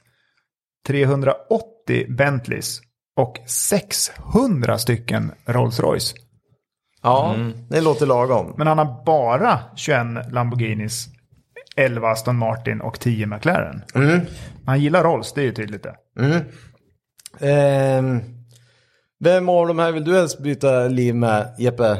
trehundraåttio Bentleys och sexhundra stycken Rolls Royce. Ja, mm. det låter lagom. Men han har bara tjugoett Lamborghinis, elva Aston Martin och tio McLaren. Mm. Han gillar Rolls, det är ju tydligt det. Mm. Eh, vem av de här vill du helst byta liv med, Jeppe?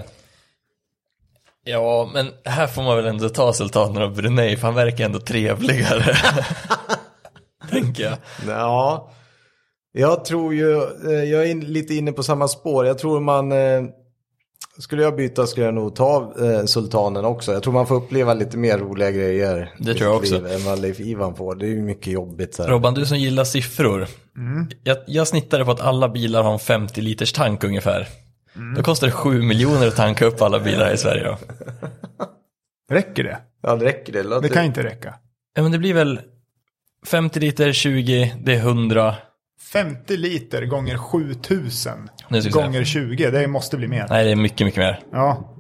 Ja, men här får man väl ändå ta Sultanen av Brunei, för han verkar ändå trevligare. Tänker jag. Ja, jag tror ju, jag är lite inne på samma spår. Jag tror man, skulle jag byta skulle jag nog ta Sultanen också. Jag tror man får uppleva lite mer roliga grejer. Det tror jag också. Än vad Leif Ivan får. Det är ju mycket jobbigt. Så här. Robban, du som gillar siffror. Mm. Jag, jag snittade på att alla bilar har en femtio liters tank ungefär. Mm. Då kostar det sju miljoner att tanka upp alla bilar i Sverige då. Räcker det? Ja, det räcker det. Det, det kan inte räcka. Ja, men det blir väl femtio liter, tjugo, det är hundra. femtio liter gånger sjutusen gånger tjugo, det måste bli mer. Nej, det är mycket, mycket mer. Ja.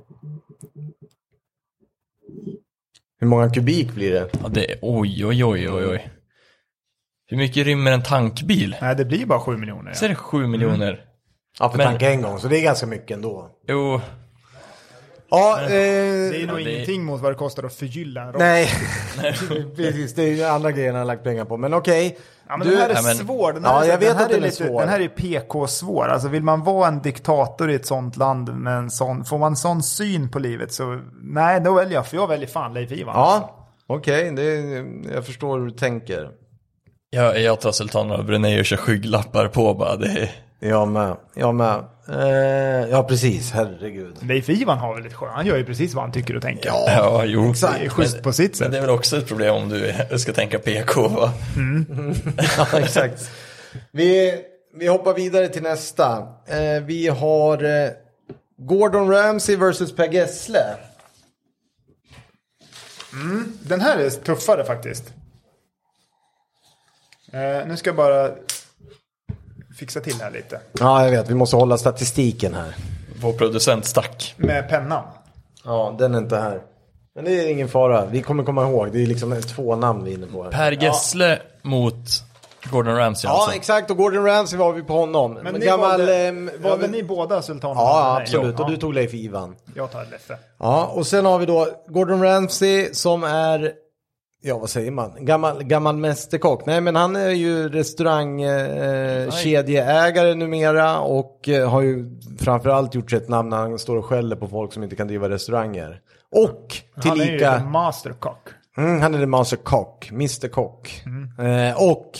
Hur många kubik blir det? Ja, det är, oj, oj, oj, oj, oj. Hur mycket rymmer en tankbil? Nej, det blir bara sju miljoner. Ja. Så är det sju miljoner. Mm. Ja, för men, tanka en gång, så det är ganska mycket ändå. Jo. Ja, eh, det är nog det... ingenting mot vad det kostar att förgylla en roll. Nej, precis. Det är ju andra grejer han har lagt pengar på. Men okej. Okay. Ja, men du, den här är ja, men... svår. Den här ja, är, jag vet den här att den är, är lite, svår. Den här är P K-svår. Alltså vill man vara en diktator i ett sånt land med en sån, får man sån syn på livet så nej, då väljer jag. För jag väljer fan Leif Ivan. Ja, alltså. okej. Okay. Jag förstår hur du tänker. Ja, jag tar Sultanen av Brunei och kör skygglappar på bara. Det är... Jag med. Jag med. Eh, ja, precis. Herregud. Leif Ivan har väl lite skön. Han gör ju precis vad han tycker och tänker. Ja, ja jo. Exakt. Det är schysst på sitt sätt. Men det är väl också ett problem om du ska tänka P K, va? Mm. Ja, exakt. Vi, vi hoppar vidare till nästa. Eh, vi har eh, Gordon Ramsay versus Per Gessle. Mm. Den här är tuffare faktiskt. Eh, nu ska jag bara fixa till här lite. Ja, jag vet. Vi måste hålla statistiken här. Vår producent stack. Med pennan. Ja, den är inte här. Men det är ingen fara. Vi kommer komma ihåg. Det är liksom två namn vi är inne på här. Per Gessle ja. Mot Gordon Ramsay ja, alltså. Ja, exakt. Och Gordon Ramsay var vi på honom. Men, Men ni gammal, valde, ähm, var vi... ni båda Sultanen? Ja, absolut. Ja. Och du tog Leif Ivan. Jag tar Leffe. Ja, och sen har vi då Gordon Ramsay som är... Ja, vad säger man? Gammal, gammal mästerkock. Nej, men han är ju restaurangkedjeägare eh, numera och eh, har ju framförallt gjort sig ett namn när han står och skäller på folk som inte kan driva restauranger. Och tillika... Han är ju masterkock. Mm, han är det masterkock, mister Kock. Mm. Eh, och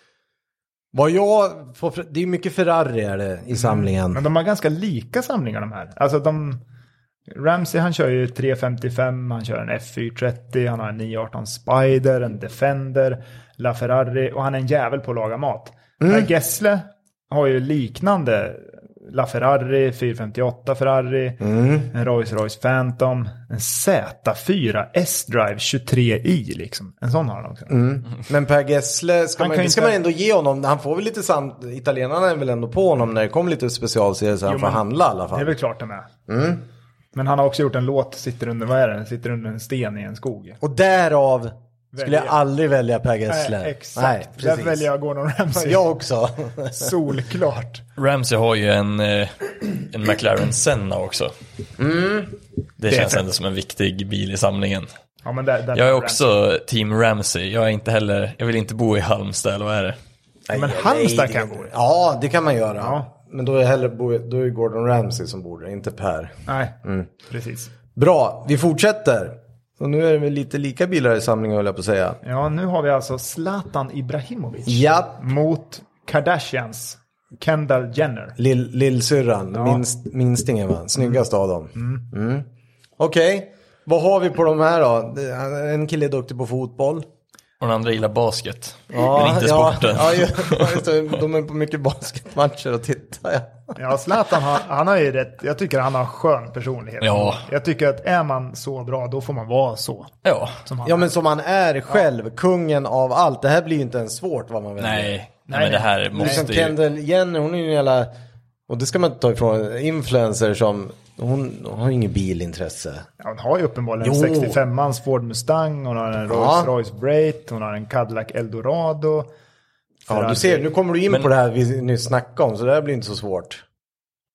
vad jag får... Det är mycket Ferrari är det i samlingen. Mm. Men de har ganska lika samlingar de här. Alltså de... Ramsay han kör ju tre femtiofem, han kör en F fyra trettio, han har en nio arton Spider, en Defender, LaFerrari och han är en jävel på att laga mat. Mm. Per Gessle har ju liknande LaFerrari, fyra femtioåtta Ferrari, mm. en Rolls-Royce Phantom, en Z fyra S-Drive tjugotre i liksom. En sån har han också. Mm. Men Per Gessle ska, man, det ska inte... man ändå ge honom. Han får väl lite samt, italienarna är väl ändå på honom när det kommer lite specialserier så han jo, får handla i alla fall. Det är väl klart det med. Mm. Men han har också gjort en låt, sitter under, vad är det? Sitter under en sten i en skog. Och därav välja. Skulle jag aldrig välja Per Gessle. Nej, exakt. Nej, där väljer jag Gordon Ramsay. Jag också. Solklart. Ramsay har ju en, en McLaren Senna också. Mm. Det, det känns ändå som en viktig bil i samlingen. Ja, men där, där jag är också Ramsay. Team Ramsay. Jag är inte heller, jag vill inte bo i Halmstad, eller vad är det? Nej, men Halmstad kan bo i. Ja, det kan man göra. Ja. Men då är hellre då är Gordon Ramsay som bor där, inte Per. Nej, mm. precis. Bra, vi fortsätter. Och nu är det väl lite lika bilar i samlingen, höll jag på att säga. Ja, nu har vi alltså Zlatan Ibrahimovic. Ja. Mot Kardashians Kendall Jenner. Lill, lillsyrran, ja. minst, minstingen va? Snyggast mm. av dem. Mm. Mm. Okej, okay. Vad har vi på de här då? En kille är duktig på fotboll. Och den andra gillar basket. Ja, men inte ja, sporten. Ja, ja, de är på mycket basketmatcher och titta. Ja, ja Zlatan han, han har ju rätt. Jag tycker han har skön personlighet. Ja. Jag tycker att är man så bra, då får man vara så. Ja, som han ja men som han är själv. Ja. Kungen av allt. Det här blir ju inte ens svårt vad man vill. Nej, nej, nej men det här måste ju... Kendall Jenner, hon är ju en jävla... Och det ska man inte ta ifrån influencer som... Hon har ingen bilintresse. Ja, hon har ju uppenbarligen en sextiofem-mans Ford Mustang. Hon har en Rolls-Royce ja. Brait. Hon har en Cadillac Eldorado. Ja, du ser, nu kommer du in men... på det här vi nu snackade om. Så det här blir inte så svårt.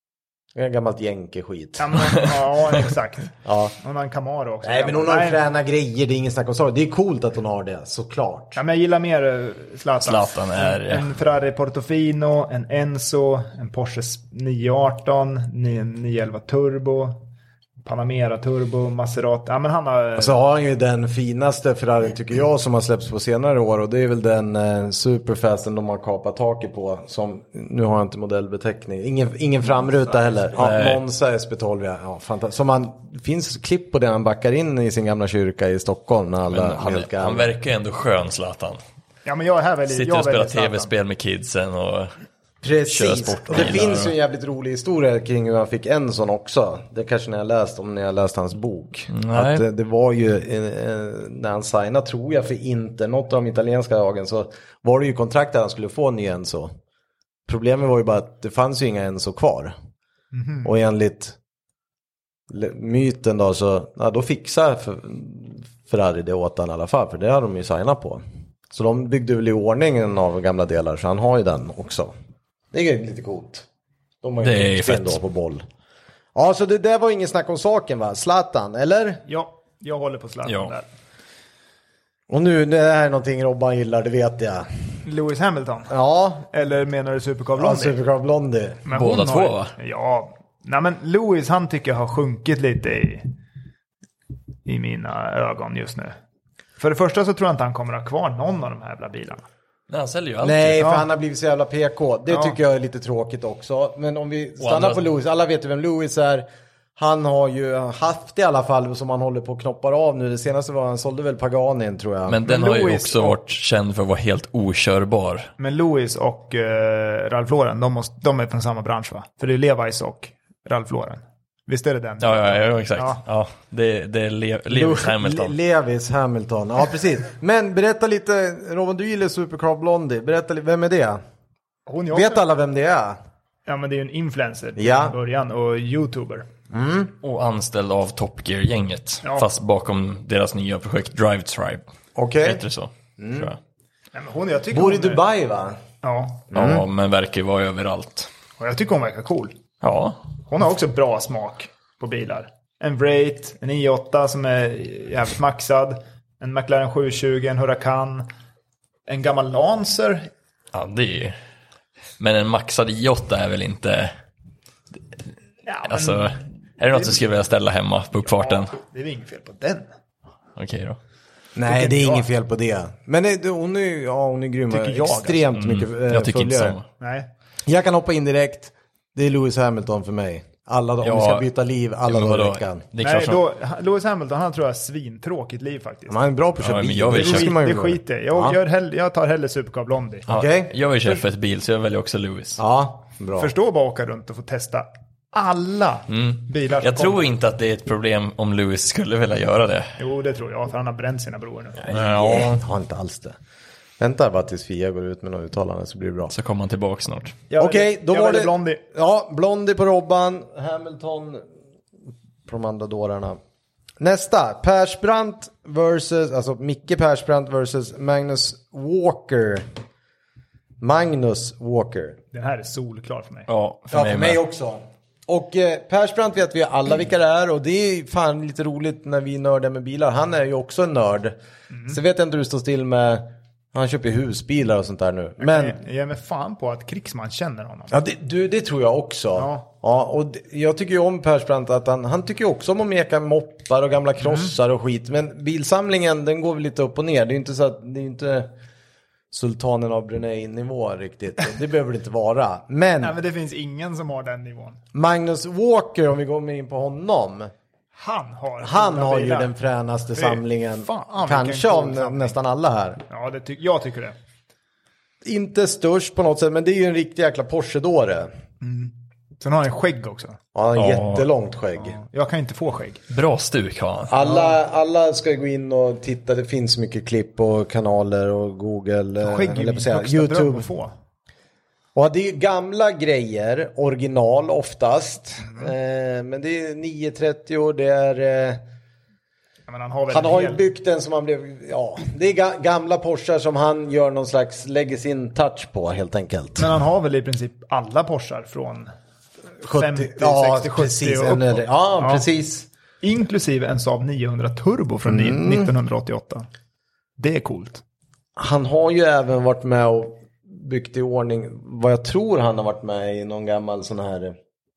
Det är gammalt jänke-skit. Ja, men, ja exakt. Ja. Hon har en Camaro också. Nej, men hon har Nej. fräna grejer, det är ingen snack om saker. Det är coolt att hon har det, såklart. Ja, men jag gillar mer uh, Zlatan. Zlatan är... En Ferrari Portofino, en Enzo, en Porsche nio arton, nio elva Turbo, Panamera Turbo, Maserati. Ja, men han har... Så har han ju den finaste Ferrari tycker jag som har släppts på senare år. Och det är väl den eh, Superfasten de har kapat taket på. Som, nu har jag inte modellbeteckning. Ingen, ingen framruta heller. Ja, Monza S P tolv, ja. Ja, fantastiskt. Som han, finns klipp på det han backar in i sin gamla kyrka i Stockholm. När alla Men han, helt han verkar ju ändå skön, Zlatan. Ja, men jag är här väldigt... Sitter jag och spelar väldigt Zlatan. tv-spel med kidsen och... Precis, och det bilar. finns ju en jävligt rolig historia kring hur han fick en sån också. Det kanske ni har läst om när jag läst hans bok. Nej. Att det, det var ju eh, när han signade, tror jag, för Inter, något av de italienska lagen, så var det ju kontrakt att han skulle få en ny Enzo. Problemet var ju bara att det fanns ju inga Enzo kvar. Mm-hmm. Och enligt myten då så, ja, då fixar för, Ferrari det åt han i alla fall, för det hade de ju signat på. Så de byggde väl i ordningen av gamla delar, så han har ju den också. Det är lite coolt. De har ju det är fett då på boll. Ja, så det där var ingen snack om saken, va? Zlatan, eller? Ja, jag håller på Zlatan ja. där. Och nu, det här är någonting Robban gillar, det vet jag. Lewis Hamilton? Ja. Eller menar du Supercar Blondie? Ja, Supercar Blondie. Men båda två, har, va? Ja. Nej, men Lewis, han tycker jag har sjunkit lite i, i mina ögon just nu. För det första så tror jag inte han kommer att ha kvar någon av de här jävla bilarna. Nej, han säljer ju alltid. Nej, för Ja. han har blivit så jävla P K. Det Ja. tycker jag är lite tråkigt också. Men om vi stannar andra- på Lewis, alla vet ju vem Lewis är. Han har ju haft i alla fall, som han håller på att knoppar av nu. Det senaste var han sålde väl Paganin, tror jag. Men den Men har ju Lewis också och- varit känd för att vara helt okörbar. Men Lewis och uh, Ralph Lauren, de, måste, de är från samma bransch, va? För det är Levi's och Ralph Lauren. Visst är det den? Ja, ja, ja exakt. Ja. Ja. det, det är Le- Lewis Hamilton. Le- Lewis Hamilton, ja precis. Men berätta lite, Robin, du gillar Supercar Blondie. Berätta lite, vem är det? Hon är Vet också, alla vem det är? ja, men det är ju en influencer Ja. i början och YouTuber. Och anställd av Top Gear-gänget. Ja. Fast bakom deras nya projekt Drive Tribe. Okej. Heter det så? Tror jag. Nej, men hon, jag tycker Bor i hon är- Dubai, va? Ja, Ja, men verkar ju vara överallt. och jag tycker hon verkar cool. Ja. Hon har också bra smak på bilar. En Wraith, en i åtta som är jävligt maxad. En McLaren sju tjugo, en Huracan. En gammal Lancer. Ja, det är ju... Men en maxad i åtta är väl inte... Ja, men Alltså, är det något du skulle vilja ställa hemma på uppfarten? ja, det är väl inget fel på den. Okej då. Nej, det är jag. inget fel på det. Men det, hon är, ja, hon är grym. Tycker jag, Extremt Mm. mycket eh, Jag tycker inte följare. samma. Nej. Jag kan hoppa in direkt. Det är Lewis Hamilton för mig. Alla, om Ja. vi ska byta liv alla Men dagar i vadå? veckan. Det är klart Nej, som... då, Lewis Hamilton, han tror jag har svintråkigt liv faktiskt. Man är bra på att köra Ja, men bil. jag vill det köra- skulle man det ju göra. skiter jag. Jag, Ja. gör hell, jag tar hellre Supercar Blondie. Ja, Okej. Jag vill köra för ett bil, så jag väljer också Lewis. Ja, bra. Förstå bara åka runt och få testa alla bilar som Jag tror kommer. inte att det är ett problem om Lewis skulle vilja göra det. Jo, det tror jag, för han har bränt sina broar nu. Ja. Jag har inte alls det. Vänta bara tills Fia går ut med något uttalande så blir det bra. Så kommer han tillbaka snart. Jag Okej, väljer- då jag var väljer det... Blondie. Ja, Blondie på Robban. Hamilton på de andra dårarna. Nästa. Persbrandt versus... Alltså Micke Persbrandt versus Magnus Walker. Magnus Walker. Den här är solklar för mig. Ja, för Ja, mig, för mig med. också. Och eh, Persbrandt vet vi alla vilka det är. Och det är fan lite roligt när vi nördar med bilar. Han är ju också en nörd. Så vet jag inte hur det står still med... Han köper husbilar och sånt där nu. Men... Jag ger mig fan på att Krigsman känner honom. Ja, det, du, det tror jag också. Ja. Ja, och det, jag tycker ju om Persbrandt att han, han tycker ju också om att meka moppar och gamla krossar och skit. Men bilsamlingen, den går väl lite upp och ner. Det är ju inte så att, det är ju inte sultanen av Brunei-nivå riktigt. Det behöver det inte vara. Men, Nej, men det finns ingen som har den nivån. Magnus Walker, om vi går in på honom. Han har Han coola har ju bilar. den fränaste Fy samlingen. fan, vilken Kanske cool av nä- samling. nästan alla här. Ja, det ty- jag tycker det. Inte störst på något sätt, men det är ju en riktig jäkla Porsche-dåre. Sen har han skägg också. Ja, en Ja. jättelångt skägg. Jag kan inte få skägg. Bra stuk har han. Alla, alla ska gå in och titta, det finns mycket klipp och kanaler och Google, eh, Skägg är höll jag min på att säga, högsta dröm YouTube. att få. Och det är ju gamla grejer, original oftast. Eh, men det är nio trettio, det är... Eh, Ja, men han har väl han en har ju hel- byggt en som han blev... Ja, det är ga- gamla Porsche som han gör någon slags, lägger sin touch på helt enkelt. Men han har väl i princip alla Porschar från femtio, ja, sextio, sjuttio precis, och en, uppåt. ja, Ja. precis. Inklusive en Saab niohundra Turbo från Mm. nittonhundraåttioåtta. Det är coolt. Han har ju även varit med och byggt i ordning, vad jag tror han har varit med i någon gammal sån här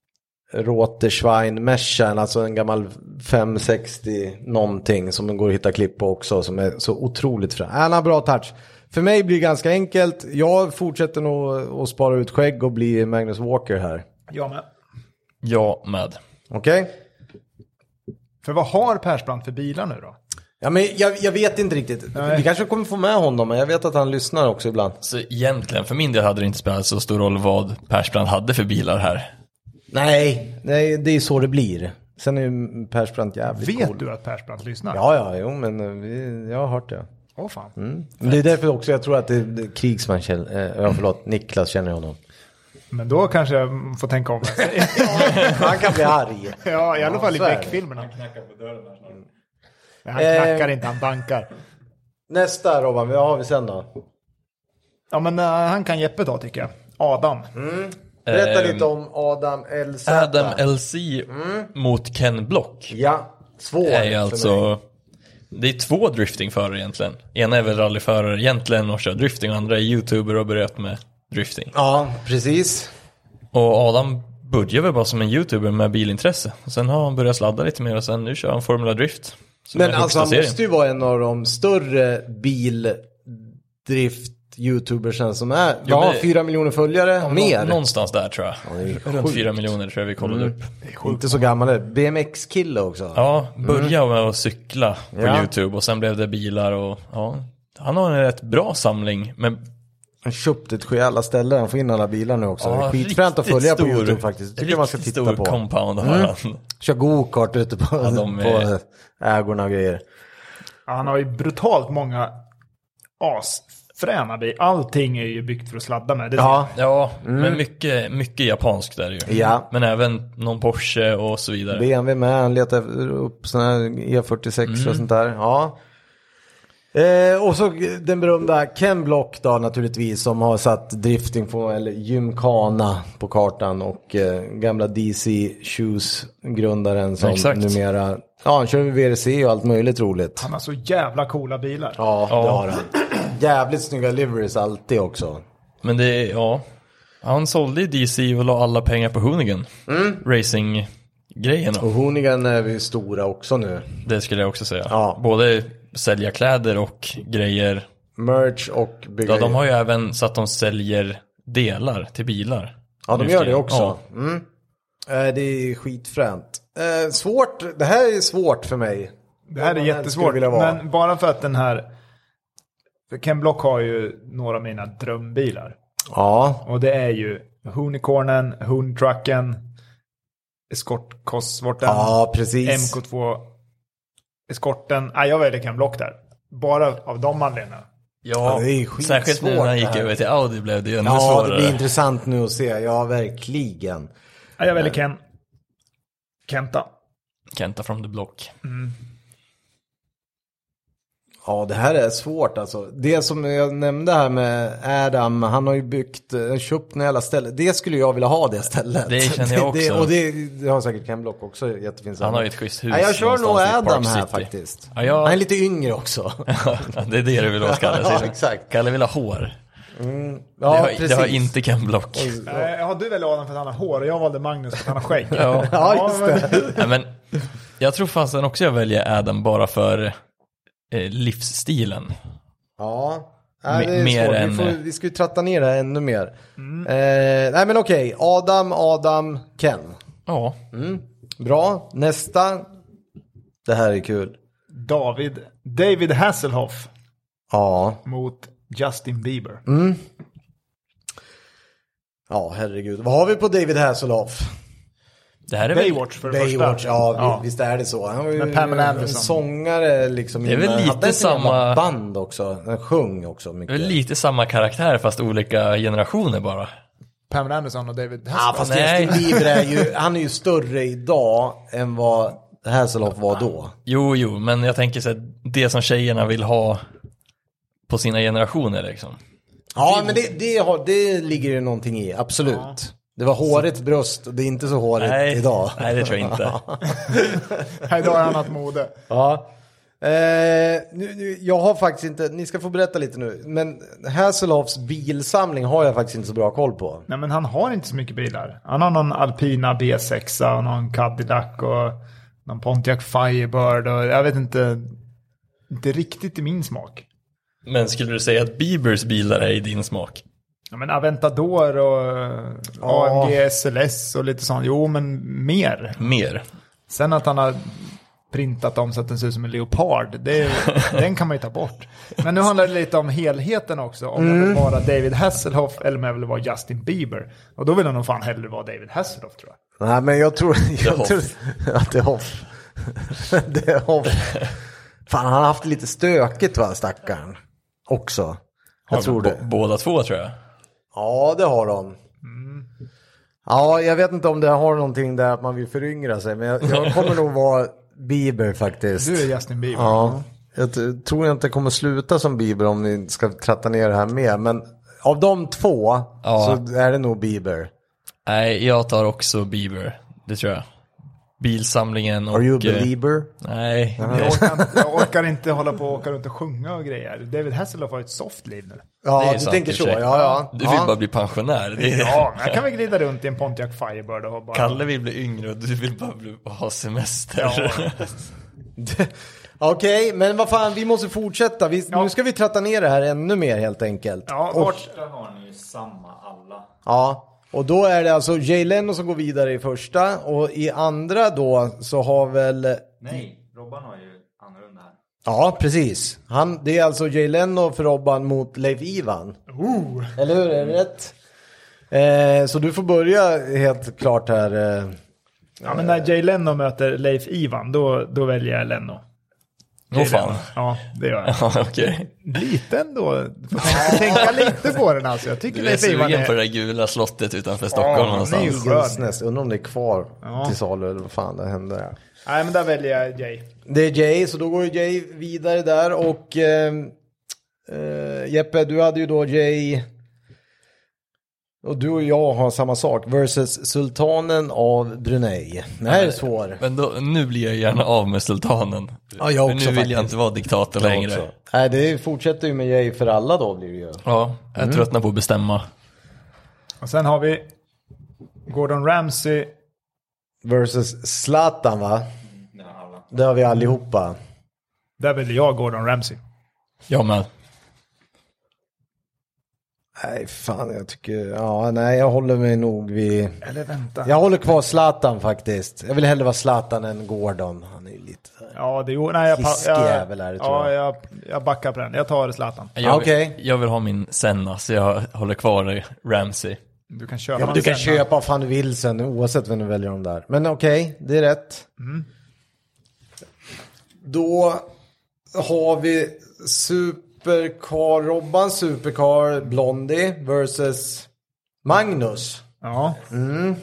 Roterschwein-mäschan, alltså en gammal fem sextio någonting som går att hitta klipp på också, som är så otroligt fram. Han har bra touch. För mig blir det ganska enkelt. Jag fortsätter nog att spara ut skägg och bli Magnus Walker här. Jag med. Jag med. Okej? Okay? För vad har Persbrandt för bilar nu då? Ja, men jag, jag vet inte riktigt. Nej. Vi kanske kommer få med honom, men jag vet att han lyssnar också ibland. Så egentligen, för min del hade det inte spelat så stor roll vad Persbrandt hade för bilar här. Nej, nej, det är så det blir. Sen är ju Persbrandt jävligt Vet cool. du att Persbrandt lyssnar? Ja, ja, jo, men vi, jag har hört det. Åh fan. Mm. Men det är därför också jag tror att det är Krigsman känner, eh, ja, förlåt, Niklas känner honom. Men då kanske jag får tänka om. Han kan bli arg. Ja, i alla Ja, fall i så är det. Beck-filmerna. Han knackar på dörren här snart. Han Eh. knackar inte, han bankar. Nästa Robban, vad har vi sen då? Ja, men uh, han kan Jeppe ta tycker jag. Adam. Berätta Ehm, lite om Adam L Z. Adam L C mot Ken Block Ja, svår. är ju för mig. alltså... Det är två driftingförare egentligen. Ena är väl rallyförare egentligen och kör drifting, och andra är YouTuber och börjat med drifting. Ja, precis. Och Adam började väl bara som en YouTuber med bilintresse. Och sen har han börjat sladda lite mer och sen nu kör han Formula Drift. som Men är alltså högsta han serien. måste ju vara en av de större bildrift YouTubersen som är. Jo, Ja, men- fyra miljoner följare, Nå- mer. Någonstans där tror jag. det är Runt sjukt. fyra miljoner tror jag vi kollade upp. Inte så gammal är det. B M X-kille också. Ja, började med att cykla på Ja. YouTube och sen blev det bilar och ja. Han har en rätt bra samling. Men Han köpt ett sju alla ställen. Han får in alla bilar nu också. ja, det är skitfränt att riktigt följa på stor- YouTube faktiskt. Tycker jag man ska riktigt titta stor på. compound har han. Kör go-kart ute på, de på är- ägorna och grejer. Ja, han har ju brutalt många asfräna bilar. Allting är ju byggt för att sladda med. Det Ja, Ja, men mycket, mycket japanskt där ju. Ja. Men även någon Porsche och så vidare. B M W med. Han letar upp sådana här E fyrtiosex och sånt där. Ja. Eh, och så den berömda Ken Block då naturligtvis, som har satt drifting på, eller Gymkhana på kartan, och eh, gamla D C Shoes grundaren som Exakt. numera, ja, han kör V R C och allt möjligt roligt. Han har så jävla coola bilar. Ja, Ja. det har han. Jävligt snygga liveries alltid också. Men det är, ja. Han sålde i D C och la alla pengar på Hoonigan. Racing-grejerna. Och Hoonigan är vi stora också nu. Det skulle jag också säga. Ja. Både sälja kläder och grejer. Merch och bygga. Ja, de har ju även så att de säljer delar till bilar. Ja, de Nu gör ska det jag- också. Ja. Mm. Eh, det är skitfränt. Eh, svårt, det här är svårt för mig. Det här är Vad man helst jättesvårt. skulle vilja vara. Men bara för att den här... För Ken Block har ju några av mina drömbilar. Ja, Och det är ju Hoonicornen, Hoontrucken, Escort Cosworten, ja precis. M K två Escorten. Nej, jag väljer Ken Block där. Bara av de anledningarna. Ja, det är skitsvårt särskilt nu när han gick det här. över till Audi blev det ju ännu Ja, svårare. det blir intressant nu att se. Ja, verkligen. Nej, jag väljer Ken. Kenta. Kenta from the block. Ja, det här är svårt alltså. Det som jag nämnde här med Adam, han har ju byggt, eh, köpt några jävla ställen. Det skulle jag vilja ha, det stället. Det känner jag Det, också. och det, det har säkert Ken Block också, jättefint. Han har ju ett schysst hus. Nej, jag kör nog någonstans i Adam Park här City. faktiskt. Ja, jag- Han är lite yngre också. Ja, det är det du vill åt Kalle. Ja, exakt. Kalle vill ha hår. Ja, det, har, precis. det har inte Ken Block. Nej, ja, du väljer Adam för att han har hår och jag valde Magnus för att han har skägg. Ja. Ja, just det. Nej, men jag tror fasen också jag väljer Adam bara för eh, livsstilen. Ja, nej, Me- det är mer svårt. än- Vi, får, vi ska ju tratta ner det här ännu mer. Eh, nej men okej, Adam, Adam, Ken. Ja, Mm. Bra, nästa. Det här är kul. David, David Hasselhoff Ja, mot Justin Bieber. ja herregud. Vad har vi på David Hasselhoff? det här är väl, Baywatch för det Baywatch, första. ja, Ja. visst är det så. Han var ju Med Pamela en Anderson. sångare liksom. Det är väl innan. lite Hade ett jävla samma- band också. Han sjöng också det är mycket. väl lite samma karaktär fast olika generationer bara. Pamela Anderson och David Ja, Hasselhoff. fast Nej. Justin Bieber är ju, han är ju större idag än vad Hasselhoff var då. Jo, jo, men jag tänker så att det som tjejerna vill ha på sina generationer liksom. Ja, men det, det, har, det ligger ju någonting i, absolut. Det var hårigt bröst och det är inte så hårigt nej, idag. Nej, det tror jag inte. Här idag är annat mode. Ja. Eh, nu, nu, jag har faktiskt inte, ni ska få berätta lite nu, men Hasselhoffs bilsamling har jag faktiskt inte så bra koll på. Nej, men han har inte så mycket bilar. Han har någon Alpina B sex och någon Cadillac och någon Pontiac Firebird och jag vet inte, inte riktigt i min smak. Men skulle du säga att Biebers bilar är i din smak? Ja, men Aventador och Ja. A M G S L S och lite sånt. Jo, men mer. Mer. Sen att han har printat om så att den ser ut som en leopard, det är, den kan man ju ta bort. Men nu handlar det lite om helheten också. Om jag vill vara David Hasselhoff eller om jag vill vara Justin Bieber. Och då vill jag nog fan hellre vara David Hasselhoff, tror jag. Nej, men jag tror... Jag Hoff. tror att det är Hoff. Det är Hoff. Fan, han har haft lite stökigt, va, stackaren. Också. Jag tror det. B- båda två, tror jag. Ja, det har de. Ja, jag vet inte om det har någonting där att man vill föryngra sig. Men jag, jag kommer nog vara Bieber faktiskt. Du är Justin Bieber. Ja, jag t- tror jag inte kommer sluta som Bieber om ni ska tratta ner det här med. Men av de två Ja. så är det nog Bieber. Nej, jag tar också Bieber. Det tror jag. Bilsamlingen och... Are you a eh, believer? Nej. Jag orkar, inte, jag orkar inte hålla på och åka runt och sjunga och grejer. David Hasselhoff har ett soft liv nu. Ja, Det är du sant tänker i och så. för Ja, sig. ja. Du vill ja. bara bli pensionär. Det är... Ja, men jag kan väl glida runt i en Pontiac Firebird och bara... Kalle vill bli yngre och du vill bara bli, ha semester. Ja. Okej, men vad fan, vi måste fortsätta. Vi, Ja. Nu ska vi tratta ner det här ännu mer helt enkelt. Ja, och, vart... Där har ni ju samma alla. ja, och då är det alltså Jay Leno som går vidare i första. Och i andra då så har väl... Nej, Robban har ju annorlunda här. Ja, precis. Han, det är alltså Jay Leno för Robban mot Leif Ivan. Oh. Eller hur, är det rätt? Eh, så du får börja helt klart här. Eh. Ja, men när Jay Leno möter Leif Ivan, då, då väljer jag Leno. Åh fan. Ja, det gör jag. Ja, okej. Lite ändå. Du får tänka lite på den alltså. Jag tycker Du är Leif Ivan sugen är... på det där gula slottet utanför Stockholm Ja, någonstans. nej. Gilsnäs, undrar om det är kvar Ja. till salu eller vad fan det händer där. Nej, men där väljer jag Jay. Det är Jay, så då går ju Jay vidare där och eh, eh, Jeppe, du hade ju då Jay och du och jag har samma sak versus Sultanen av Brunei. Det här är svår. Men då, nu blir jag gärna av med sultanen. Ja, jag För också nu vill jag faktiskt. inte vara diktator Jag längre. också. Nej, det fortsätter ju med Jay för alla då blir det ju. Ja, jag tröttnar på att bestämma. Och sen har vi Gordon Ramsay. Versus Zlatan, va? Det har alla. Det har vi allihopa. Där väljer jag Gordon Ramsay. Jag med. Nej, fan, jag tycker... Ja, nej, jag håller mig nog vid... Eller vänta. Jag håller kvar Zlatan faktiskt. Jag vill hellre vara Zlatan än Gordon. Han är ju lite... Ja, det är... Nej, jag, Fiskjävel är det, tror ja, jag. jag, jag backar på den. Jag tar Zlatan. Jag, Ah, okej. jag vill ha min Senna, så jag håller kvar Ramsey. Du kan köpa Ja, men du kan sen. köpa vad fan du vill sen, oavsett vem du väljer om där. Men okej, det är rätt. Då har vi Supercar, Robban Supercar Blondie versus Magnus. Ja. Mm.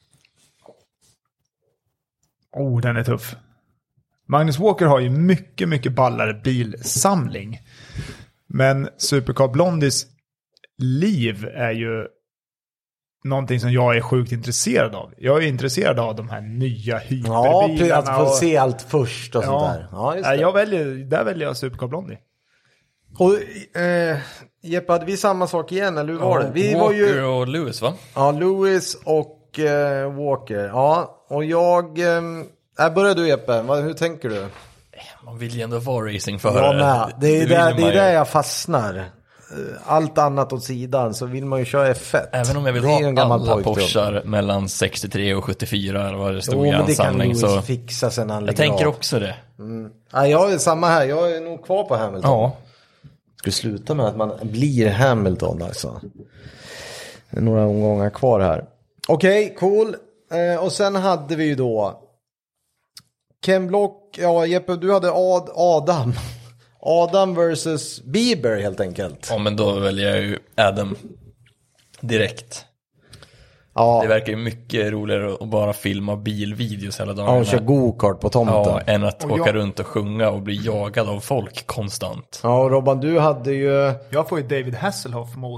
Oh, den är tuff. Magnus Walker har ju mycket, mycket ballare bilsamling. Men Supercar Blondies liv är ju någonting som jag är sjukt intresserad av. Jag är intresserad av de här nya Ja, hyperbilarna. att få och- se allt först och sånt där. Ja, just det. Nej, jag väljer, där väljer jag Supercar Blondie. Och, eh, Jeppe, hade vi samma sak igen, eller hur var det? Vi var Walker ju... och Lewis, va? Ja, Lewis och eh, Walker. Ja, och jag... Eh, äh, börjar du, Jeppe. Vad, hur tänker du? Man vill ju ändå vara racingförare. Jag med. Det är vill där, man det är ju. där jag fastnar. Eh, Allt annat åt sidan så vill man ju köra F ett. Även om jag vill Det är ju en ha gammal alla pojkdröm. Porschar mellan sextiotre och sjuttiofyra, eller vad det stod Jo, i men hans det kan samling. Lewis Så fixa sen han jag lägger tänker av. också det. Ja, jag är samma här. Jag är nog kvar på Hamilton. Ja. Ska sluta med att man blir Hamilton alltså. Det är några omgångar kvar här. Okej, cool. Eh, och sen hade vi ju då Ken Block. Ja, Jeppe, du hade Ad, Adam. Adam versus Bieber helt enkelt. Ja, men då väljer jag ju Adam direkt. Ja, Det verkar ju mycket roligare att bara filma bilvideos hela ja dagen. och kör go-kart på tomten. Ja, Ja, än att Och åka jag- runt och sjunga och bli jagad av folk konstant. och Robban, du hade ju... Jag får ju David Hasselhoff mot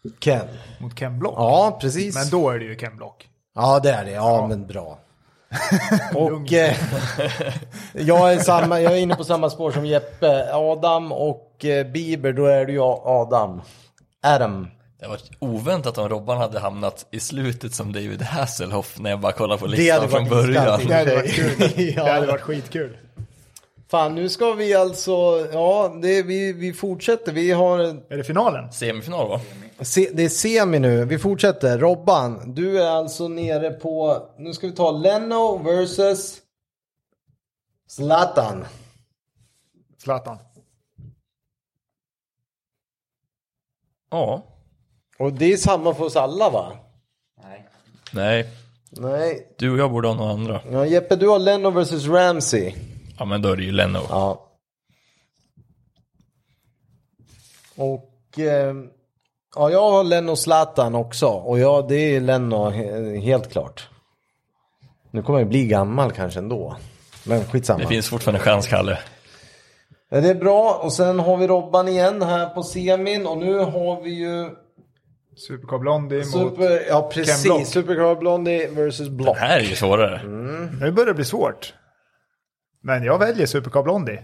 Ken. mot Ken Block. Ja, precis. Men då är det ju Ken Block. Ja, det är det. Ja, ja. Men bra. Och eh, jag, är samma, jag är inne på samma spår som Jeppe. Adam och eh, Bieber, då är det ju Adam. Adam. Det var oväntat om Robban hade hamnat i slutet som David Hasselhoff när jag bara kollade på Det listan hade från varit början. skarpt. Det hade varit kul. Ja. Det hade varit skitkul. Fan, nu ska vi alltså, ja, det, vi, vi fortsätter. Vi har, Är det finalen? Semifinal va? se, det är semi nu. Vi fortsätter. Robban, du är alltså nere på, nu ska vi ta Leno versus Zlatan. Zlatan. Ja. Och det är samma för oss alla, va? Nej. Nej, Nej. du och jag borde ha några andra. Ja, Jeppe, du har Leno versus Ramsey. Ja, men då är det ju Leno. Ja. Och eh, ja, jag har Leno Zlatan också. Och ja, det är Leno he- helt klart. Nu kommer jag bli gammal kanske ändå. Men skitsamma. Det finns fortfarande chans, Kalle. Ja, det är bra. Och sen har vi Robban igen här på semin. Och nu har vi ju Supercar Blondie mot... Super, ja Ken Block. precis, Supercar Blondie versus Block. Det här är ju svårare. Nu börjar det bli svårt. Men jag väljer Supercar Blondie.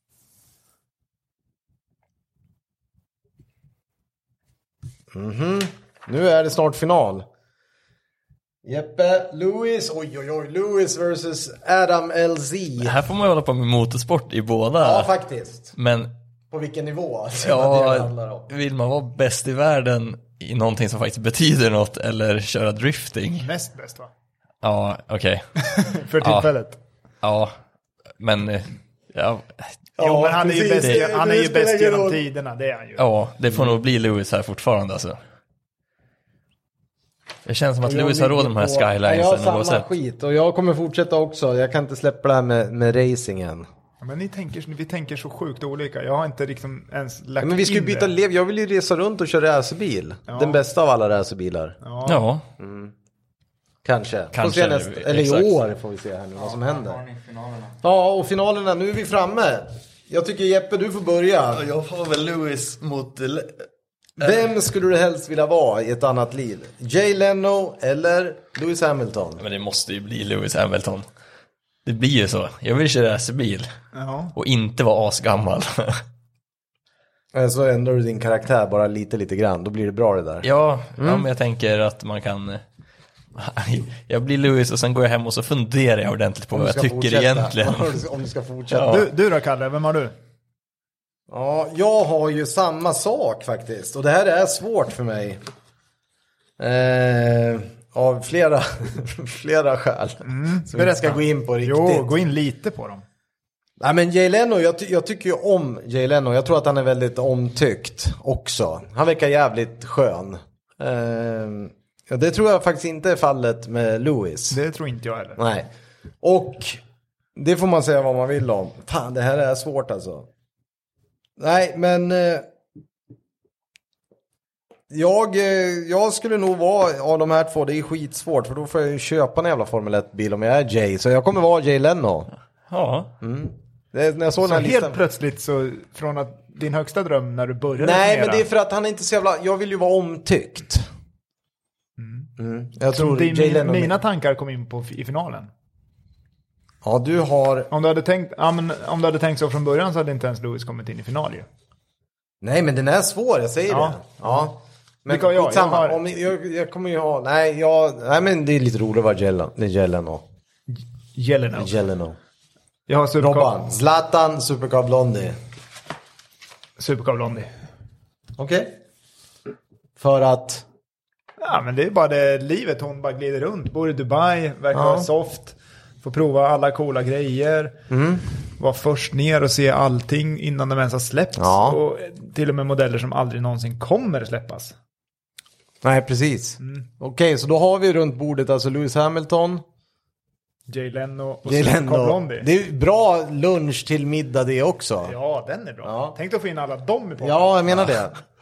Mhm. Nu är det snart final. Jeppe, Lewis, oj oj oj, Lewis versus Adam L Z. Här får man ju hålla på med motorsport i båda. Ja, faktiskt. Men På vilken nivå? Det är vad det handlar om. ja, vill man vara bäst i världen i någonting som faktiskt betyder något eller köra drifting? Näst bäst, va? Ja, okej. För tillfället. Ja, men ja, Jo, Ja, men han är ju precis. bäst, Det- han är det ju spelar bäst ingen genom roll. tiderna, det är han ju. ja, det får nog bli Lewis här fortfarande alltså. Det känns som att Och jag Lewis har råd ligger med de här på- Ja, jag har skylinesen samma oavsett. skit och jag kommer fortsätta också. Jag kan inte släppa det här med, med racingen. Ja, men ni tänker, vi tänker så sjukt olika. Jag har inte liksom ens lagt Ja, men vi ska ju in byta det. lev. Jag vill ju resa runt och köra racerbil. Ja. Den bästa av alla racerbilar. Ja. Ja, Kanske. Får Kanske, se nästa, eller exakt. i år får vi se här nu vad som Har händer. ni finalerna? Ja, och finalerna. Nu är vi framme. Jag tycker Jeppe, du får börja. jag har väl Lewis mot... Vem skulle du helst vilja vara i ett annat liv? Jay Leno eller Lewis Hamilton? Men det måste ju bli Lewis Hamilton. Det blir ju så. Jag vill köra racerbil Ja. och inte vara asgammal. Så ändrar du din karaktär bara lite, lite grann. Då blir det bra det där. Ja, ja, men jag tänker att man kan... Jag blir Lewis och sen går jag hem och så funderar jag ordentligt på Om vad du jag ska tycker fortsätta. egentligen. Om du ska fortsätta. Ja. Ja. Du, du då, Kalle, vem har du? Jag har ju samma sak faktiskt. Och det här är svårt för mig. Eh, av flera, flera skäl. Mm, som vi inte ska gå in på riktigt. Jo, gå in lite på dem. Nej, men Jay Leno, jag, ty- jag tycker ju om Jay Leno. Jag tror att han är väldigt omtyckt också. Han verkar jävligt skön. Eh, ja, det tror jag faktiskt inte är fallet med Lewis. Det tror inte jag heller. Nej. Och det får man säga vad man vill om. Fan, det här är svårt alltså. Nej, men eh, jag, eh, jag skulle nog vara av de här två. Det är skitsvårt för då får jag ju köpa en jävla Formel ett-bil om jag är Jay. Så jag kommer vara Jay Leno. Ja, Det, när jag såg Så den här helt listan. plötsligt så, från att din högsta dröm när du började Nej, resonera, men det är för att han är inte så jävla... Jag vill ju vara omtyckt. Mm. Jag som tror din, Jay Leno... mina tankar kom in på i finalen. Ja, du har... Om du hade tänkt, ja, men, om du hade tänkt så från början så hade inte ens Lewis kommit in i final ju. Nej, men den är svår, jag säger Ja. det. Ja. Men Vilka har jag? skitsamma. Jag har- Om jag, jag kommer ju ha... Nej, jag, nej, men det är lite roligt att vara Jell- det är Jeleno. Jeleno. Jeleno. Jag har Supercar, Robban. Zlatan, Supercar Blondie. Supercar Blondie. Okej. För att... Ja, men det är bara det livet. Hon bara glider runt. Bor i Dubai, verkar Ja. vara soft. Får prova alla coola grejer. Mm. Var först ner och se allting innan de ens har släppts. Ja. Och till och med modeller som aldrig någonsin kommer släppas. Nej, precis. Okej, så då har vi runt bordet alltså Lewis Hamilton. Jay Leno och Jay Supercar Leno. Blondie. Det är bra lunch till middag det också. Ja, den är bra. Ja. Tänk dig att få in alla dem i podden. Ja, jag menar det.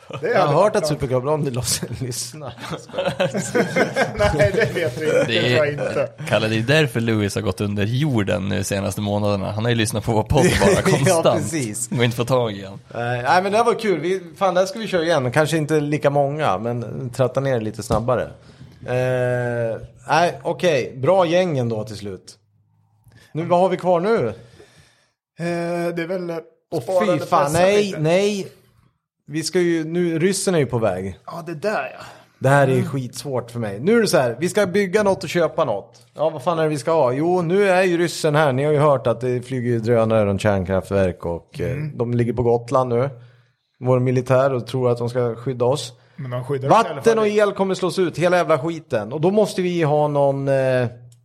Det Jag har hade hört varit att bra. Supercar Blondie lyssnar. Nej, det vet vi inte. Det tror jag inte. Kalle, det är därför Lewis har gått under jorden nu de senaste månaderna. Han har ju lyssnat på vår podd bara Ja, konstant. precis. Går inte få tag i han. Nej, nej, men det här var kul. Vi, fan, det här ska vi köra igen. Kanske inte lika många, men tratta ner lite snabbare. Eh, nej, okej. Bra gäng ändå till slut. Nu, vad har vi kvar nu? Eh, det är väl... Åh sparade fy fan, pressar nej, lite. nej. Vi ska ju, nu, ryssen är ju på väg. Ja, det där ja. Det här är skitsvårt för mig. Nu är det så här, vi ska bygga något och köpa något. Ja, vad fan är det vi ska ha? Jo, nu är ju ryssen här. Ni har ju hört att det flyger ju drönare runt kärnkraftverk och mm. eh, de ligger på Gotland nu. Vår militär och tror att de ska skydda oss. Men de skyddar oss i alla Vatten fall. och el kommer slås ut, hela jävla skiten. Och då måste vi ha någon eh,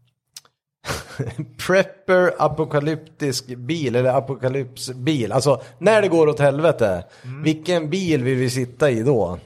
prepper apokalyptisk bil, eller apokalypsbil. Alltså, när det går åt helvete, mm. vilken bil vill vi sitta i då?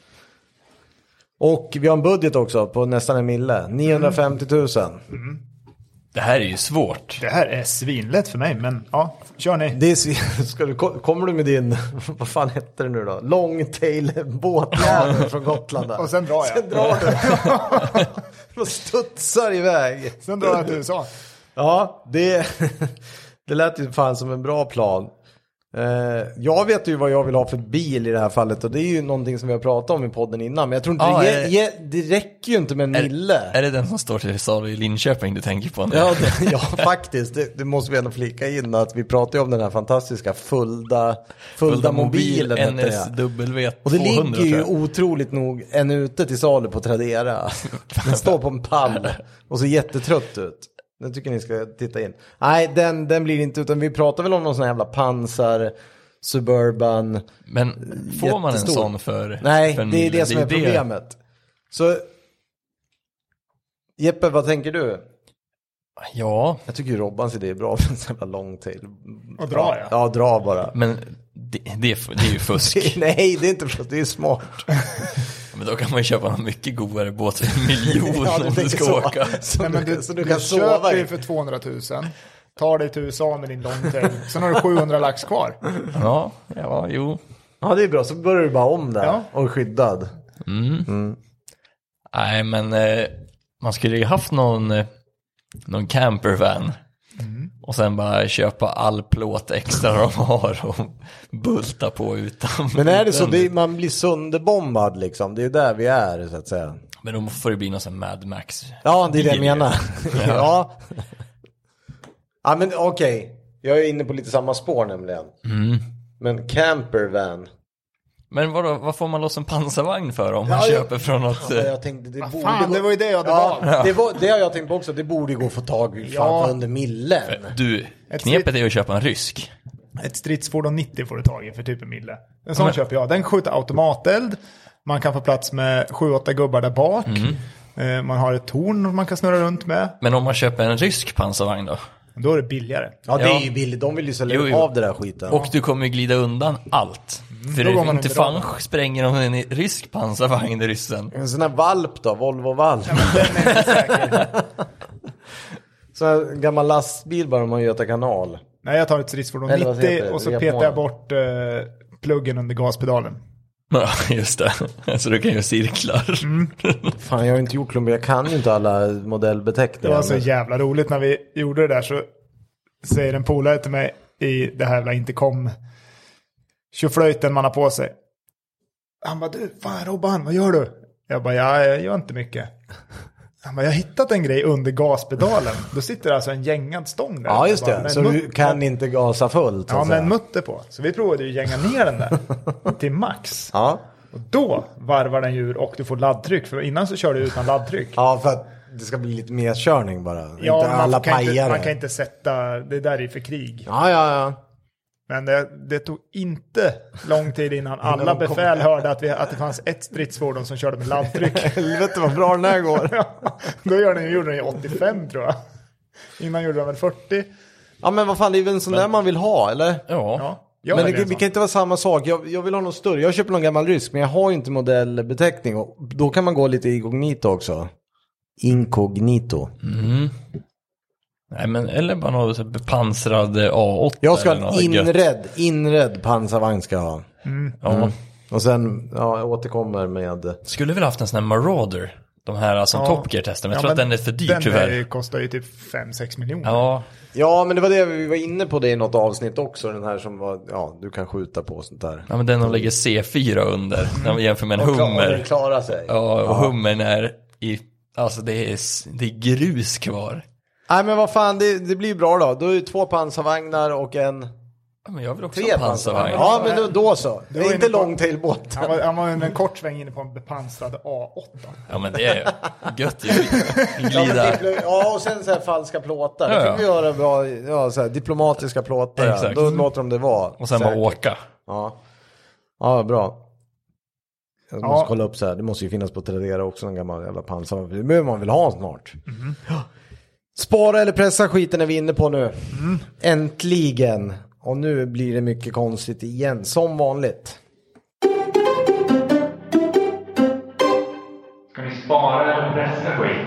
Och vi har en budget också på nästan en mille, niohundrafemtio tusen. Mm. Det här är ju svårt. Det här är svinlätt för mig, men ja, kör ni. Det är, svin- ska du, kommer du med din, vad fan heter det nu då? Longtail båtjävel från Gotland där. Och sen drar jag. Sen drar du. Och studsar iväg. Sen drar jag till U S A. Ja, det, det lät ju fan som en bra plan. Eh, jag vet ju vad jag vill ha för bil i det här fallet. Och det är ju någonting som vi har pratat om i podden innan. Men jag tror inte Ah, det, är det- ge, det räcker ju inte med en mille. Är det den som står till salu i Linköping du tänker på nu? Ja, det, ja, faktiskt. Det, det måste vi ändå flika in att vi pratar ju om den här fantastiska Fulda, Fulda mobilen. N heter S det. W Och det tvåhundra ligger ju tror jag. otroligt nog en ute till salu på Tradera. Den står på en pall och ser jättetrött ut. Den tycker ni ska titta in. Nej, den, den blir inte, utan vi pratar väl om någon sån här jävla pansar, Suburban. Men får man en jättestor. sån för Nej, för en det är mil? det som är problemet. Så Jeppe, vad tänker du? Ja, Jag tycker ju Robbans idé är bra för en sån jävla långtail. Och dra, ja. Ja, dra bara. men det, det, är, det är ju fusk. Nej, det är inte för att det är smart. Men då kan man ju köpa en mycket godare båt för en miljon Ja, om du tänker ska så. åka. Så, Nej, men du, du, så du du kan sova köper ju i. för tvåhundratusen. Tar dig till U S A med din longtail. Sen har du sjuhundra lax kvar. Ja, ja, jo. Ja, det är bra. Så börjar du bara om där. Ja. Och är skyddad. Nej, men eh, man skulle ju haft någon, eh, någon campervan. Mm. Och sen bara köpa all plåt extra de har och bulta på utan. Men är det så? Det är, man blir sönderbombad liksom. Det är där vi är, så att säga. Men då får det bli någon sån Mad Max. Ja, det är det jag bil. menar. Ja. Ja, men okej. Jag är inne på lite samma spår nämligen. Mm. Men campervan. Men vadå, vad får man loss en pansarvagn för om man Ja, jag- köper från något... Ja, jag tänkte, det borde Fan, gå... det var ju det jag hade Ja, valt. det, var, det har jag tänkt på också. Det borde ju gå att få tag i fan Ja. för under millen. Du, Ett knepet är ju att köpa en rysk. Ett stridsfordon nittio får du tag i för typ en mille. En sån Men- köper jag. Den skjuter automateld. Man kan få plats med sju åtta gubbar där bak. Mm. Eh, Man har ett torn man kan snurra runt med. Men om man köper en rysk pansarvagn då? Då är det billigare. Ja, det Ja. är ju billigt. De vill ju sälja Jo, jo. av det där skiten. Och du kommer ju glida undan allt. För då går man inte under fan radarn. spränger de en rysk pansarvagn i ryssen. En sån här valp då, Volvo valp. Den är inte säker. Sån här gammal lastbil bara om man Göta kanal. Nej, jag tar ett stridsfordon Eller vad heter nittio det? och så Repmålen. petar jag bort eh, pluggen under gaspedalen. Ja, just det. Så du kan göra cirklar. Fan, jag har inte gjort klump. Jag kan ju inte alla Det modellbeteckningar. var så men- jävla roligt när vi gjorde det där, så säger en polare till mig i det här jävla intercom tjoflöjten man har på sig. Han bara, du, fan Robban, vad gör du? Jag bara, ja, jag gör inte mycket. Han bara, jag har hittat en grej under gaspedalen. Då sitter det alltså en gängad stång där. Ja, just Jag bara, det. med Så en du mutt- kan inte gasa fullt. så Ja, att med säga. en mutter på. Så vi provade ju gänga ner den där till max. Ja. Och då varvar den ur och du får laddtryck. För innan så kör du utan laddtryck. Ja, för att det ska bli lite mer körning bara. Ja, inte man, alla kan inte, pajare. man kan inte sätta, det där är för krig. Ja, ja, ja. Men det, det tog inte lång tid innan alla de kom- befäl hörde att, vi, att det fanns ett stridsfordon som körde med laddtryck. Helvete vad bra den här går. Ja, då gör den, gjorde den ju åttiofem tror jag. Innan gjorde den väl fyrtio. Ja, men vad fan, det är väl en sån där man vill ha, eller? Ja. Ja, jag Men väljer det, en det sån. kan inte vara samma sak. Jag, jag vill ha något större. Jag köper någon gammal rysk, men jag har ju inte modellbeteckning. Och då kan man gå lite inkognito också. Inkognito. Mm. Nej, men eller bara något så här bepansrad A åtta. Jag ska eller ha något en gött. inredd, inredd pansarvagn ska jag ha. Ja. Och sen, ja, jag återkommer med... Skulle väl haft en sån här Marauder. De här som Ja. Top Gear testar. Men jag Ja, tror men att den är för dyr den tyvärr. Den kostar ju typ fem sex miljoner. Ja, Ja, men det var det vi var inne på det i något avsnitt också. Den här som var, ja, du kan skjuta på och sånt där. ja men den har lägger C fyra under. När man jämför med en Och klar- Hummer. den klarar sig. Ja, och Hummern är i... Alltså det är, det är grus kvar. Nej, men vad fan, det, det blir bra då. Då är det två pansarvagnar och en... Ja, men jag vill också Tre ha pansarvagn. Ja, men då, då så. Det var är inte inne på- långt till båten. Han var, han var under en kort sväng inne på en bepansrad A åtta. Ja, men det är gött ju. Ja, men Glida. diplo- ja, och sen så här falska plåtar. Ja, Det ja. fick vi göra bra, ja, så här, diplomatiska plåtar. Ja. Exakt. Då låter de det vara. Och sen säkert. bara åka. Ja, ja bra. Jag Ja. måste kolla upp så här. Det måste ju finnas på Tradera också, en gammal jävla pansar. Det behöver man väl ha snart. Mm. Spara eller pressa skiten är vi inne på nu. Mm. Äntligen. Och nu blir det mycket konstigt igen, som vanligt. Ska vi spara eller pressa skiten?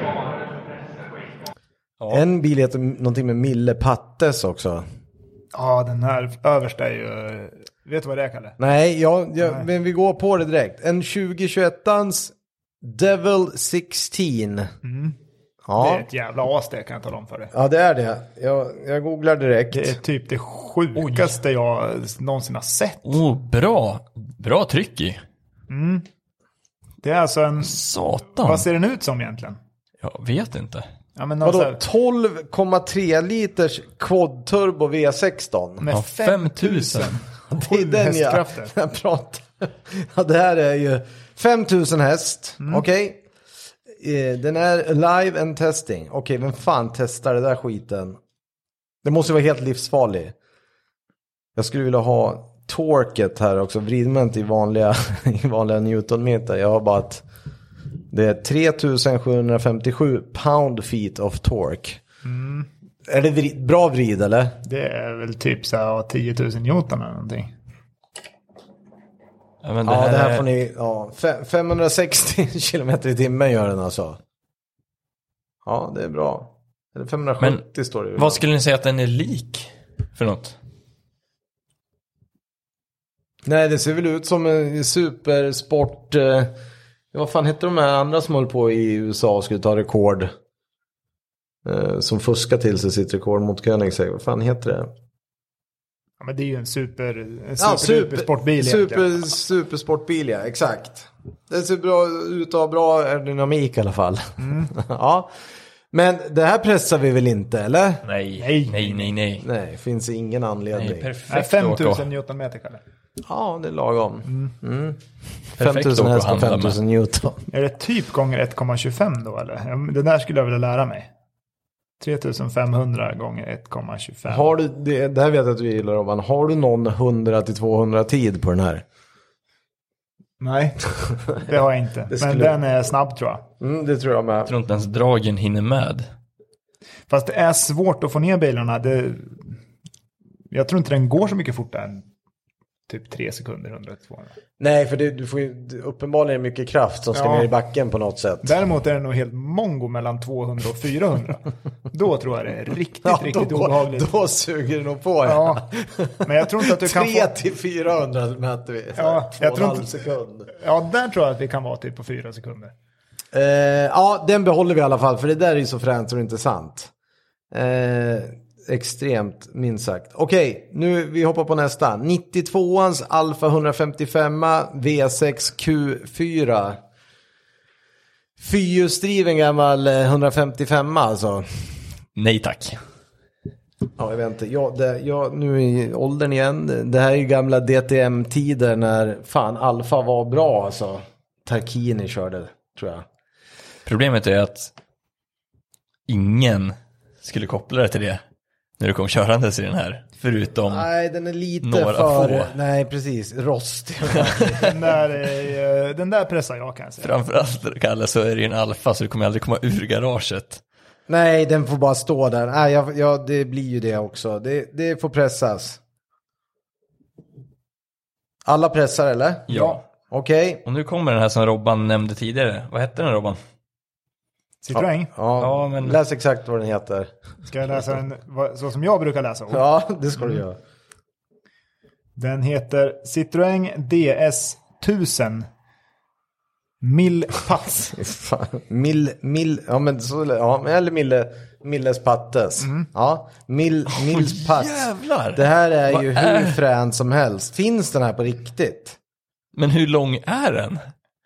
Ja. En bil heter någonting med Mille Pattes också. Ja, den här översta är ju... Vet du vad det är, Kalle? Nej, ja, ja, Nej. men vi går på det direkt. En tjugo tjugoett-ans Devil sexton. Mm. Ja. Det är ett jävla as det, kan jag tala om för dig. Ja, det är det. Jag, jag googlar direkt. Det är typ det sjukaste jag någonsin har sett. Oh, bra. Bra tryck i. Det är alltså en... Satan. Vad ser den ut som egentligen? Jag vet inte. Ja, men någon så Vadå? här, tolv komma tre liters quad turbo V sexton. med Ja, fem tusen. Det är den jag, hästkrafter. jag pratar. Ja, det här är ju fem tusen häst. Mm. Okej. Eh, Den är live and testing. Okej, vem fan testar det där skiten? Det måste ju vara helt livsfarlig. Jag skulle vilja ha torket här också. Vridment i vanliga, i vanliga newtonmeter. Jag har bara att det är tre tusen sjuhundrafemtiosju pound feet of torque. Mm. Är det vrid, bra vrid eller? Det är väl typ så här tio tusen newton eller någonting. Ja, men det, Ja, här det här är... får ni, ja, fe- femhundrasextio kilometer i timmen gör den alltså. Ja, det är bra. Eller femhundrasjuttio står det ju. Vad skulle ni säga att den är lik för något? Nej, det ser väl ut som en supersport. Eh, vad fan heter de här andra som höll på i U S A och skulle ta rekord? Eh, som fuskar till sig sitt rekord mot Koenigsegg. Vad fan heter det? Ja, men det är ju en super, en Ja, super, super sportbil super, egentligen. supersportbil, ja, exakt. Det ser bra ut att ha bra aerodynamik i alla fall. Mm. Ja, men det här pressar vi väl inte, eller? Nej, Nej. nej, nej, nej. Nej, finns ingen anledning. Nej, Nej, perfekt fem att åka. tusen newtonmeter, Kalle. Ja, det är lagom. Mm. Perfekt fem tusen att häst och handla fem tusen newton. Är det typ gånger ett komma tjugofem då, eller? Ja, men det där skulle jag vilja lära mig. tre tusen femhundra gånger ett komma tjugofem. Har du, det, det här vet jag att du gillar, Robban. Har du någon hundra till tvåhundra tid på den här? Nej, det har jag inte. Men skulle- den är snabb, tror jag. Mm, det tror jag med. Jag tror inte ens dragen hinner med. Fast det är svårt att få ner bilarna. Det... Jag tror inte den går så mycket fortare än typ tre sekunder, hundra till tvåhundra. Nej, för det, du får ju uppenbarligen mycket kraft som ska Ja. ner i backen på något sätt. Däremot är det nog helt mongo mellan tvåhundra och fyrahundra. Då tror jag det är riktigt, Ja, riktigt då, går- obehagligt. Då suger det nog på. Ja. Ja, men jag tror inte att du kan tre få... till fyrahundra mäter vi. Så Ja, här, två jag och tror en halv inte- sekund. Ja, där tror jag att vi kan vara typ på fyra sekunder. Eh, ja, den behåller vi i alla fall. För det där är ju så fränt och intressant. Eh, extremt, minst sagt. Okej, nu vi hoppar på nästa. nittiotvåans Alfa hundrafemtiofem V sex Q fyra. Fyrhjulsdriven gammal eh, hundrafemtiofem alltså. Nej tack. Ja, jag vet inte. Ja, det, ja, nu i åldern igen. Det här är ju gamla D T M-tider när fan Alfa var bra alltså. Tarkini körde, tror jag. Problemet är att ingen skulle koppla det till det när du kom körandes i den här. Förutom... Nej, den är lite Några för... få. Nej, precis. Rost. Den där, är, eh, den där pressar jag, kan jag säga. Framförallt, Kalle, så är det ju en Alfa så du kommer aldrig komma ur garaget. Nej, den får bara stå där. Nej, jag, ja, det blir ju det också. Det, det får pressas. Alla pressar, eller? Ja. Okej. Och nu kommer den här som Robban nämnde tidigare. Vad hette den, Robban? Citroën. Ja, Ja, men- läs exakt vad den heter. Ska jag läsa den vad- så som jag brukar läsa ord? Ja, det ska du göra. Den heter Citroën D S tusen millpass. Mill, mill, ja men så, ja, eller mille, milles pattes. Mm. Ja, mill, mills pass. Jävlar. Det här är Vad ju är- hur fränt som helst. Finns den här på riktigt? Men hur lång är den?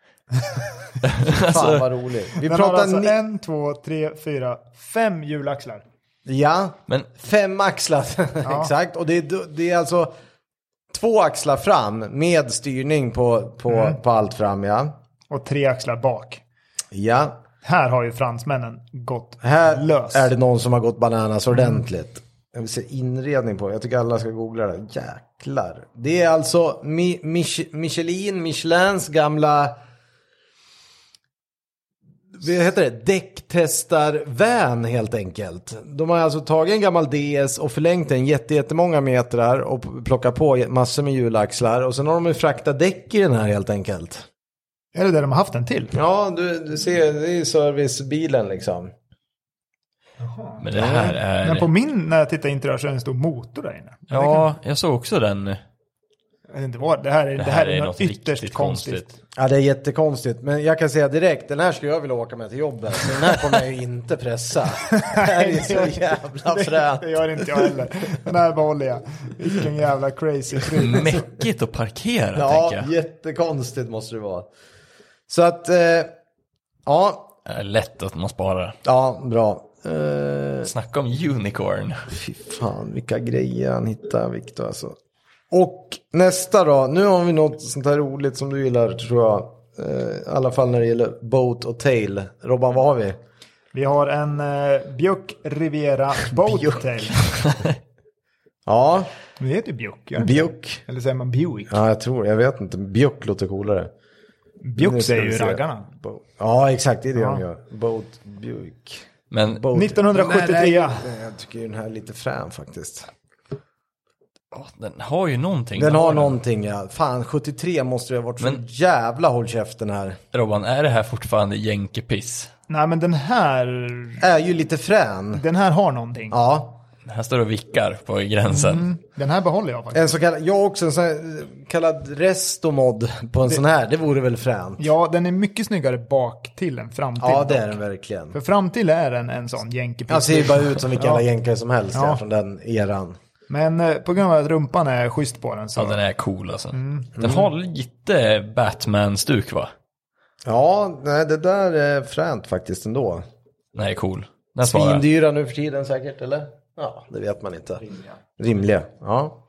Fan vad roligt. Vi Den har pratar alltså ni- en, två, tre, fyra, fem hjulaxlar. Ja, Men fem axlar. Exakt. Och det är, det är alltså två axlar fram med styrning på, på, mm. på allt fram, ja. Och tre axlar bak. Ja. Här har ju fransmännen gått Här lös. är det någon som har gått bananas ordentligt. Jag vill se inredning på. Jag tycker alla ska googla det. Jäklar. Det är alltså Mi- Mich- Michelin, Michelins gamla... Vad heter det? Däcktestar-van helt enkelt. De har alltså tagit en gammal D S och förlängt den jätte, jättemånga metrar och plockat på massor med hjulaxlar. Och sen har de ju fraktat däck i den här helt enkelt. Är det det de har haft den till? Ja, du, du ser, det är servicebilen liksom. Men det här är... Men på min, när jag tittar interiör, så är det en stor motor där inne. Ja, jag såg också den. Jag vet inte vad, det här är, det här är, något ytterst riktigt konstigt. konstigt. Ja, det är jättekonstigt. Men jag kan säga direkt, den här skulle jag vilja åka med till jobbet. Så den här kommer jag ju inte pressa. Det här är så jävla fränt. Det gör inte jag heller. Den här behåller jag. Vilken jävla crazy trip. Mäckigt att parkera, Ja, tänker jag. jättekonstigt måste det vara. Så att, eh, ja. Det är lätt att man sparar. Ja, bra. Eh, Snacka om unicorn. fy fan, vilka grejer han hittar, Victor alltså. Och nästa då, nu har vi något sånt här roligt som du gillar, tror jag. Eh, I alla fall när det gäller boat och tail. Robban, vad har vi? Vi har en eh, Bjuck Riviera Boattail. Ja, Det heter ju Bjuck. gör det? Bjuck. Eller säger man Buick? Ja, jag tror, jag vet inte. Bjuck låter coolare. Nu Bjuck ska säger vi ju se. raggarna. Bo- Ja, exakt, det är det Ja. de gör. Boat, Buick. Men Boat. nittonhundrasjuttiotre. Nej, nej, jag tycker ju den här är lite frän faktiskt. åh, den har ju någonting. Den har den. någonting, ja. Fan, sjuttiotre måste det ha varit. Men- Så jävla håll käften här. Robban, är det här fortfarande jänkepiss? Nej, men den här... Är ju lite frän. Den här har någonting. Ja. Här står och vickar på gränsen. Mm, den här behåller jag faktiskt. En så kallad, jag också en sån här kallad restomod på en sån här. Det vore väl fränt. Ja, den är mycket snyggare bak till än fram till. Ja, det är dock. den verkligen. För fram till är den en sån jänkepiss. Han ser ju bara ut som vilka jävla Ja. jänkare som helst Ja. ja. från den eran. Men eh, på grund av att rumpan är schysst på den så... Ja, den är cool alltså. Mm. Den har lite Batman-stuk, va? Ja, nej, det där är fränt faktiskt ändå. Nej, cool. Den sparar jag. Svindyra nu för tiden säkert, eller? Ja, det vet man inte. Rimliga. Rimliga, ja.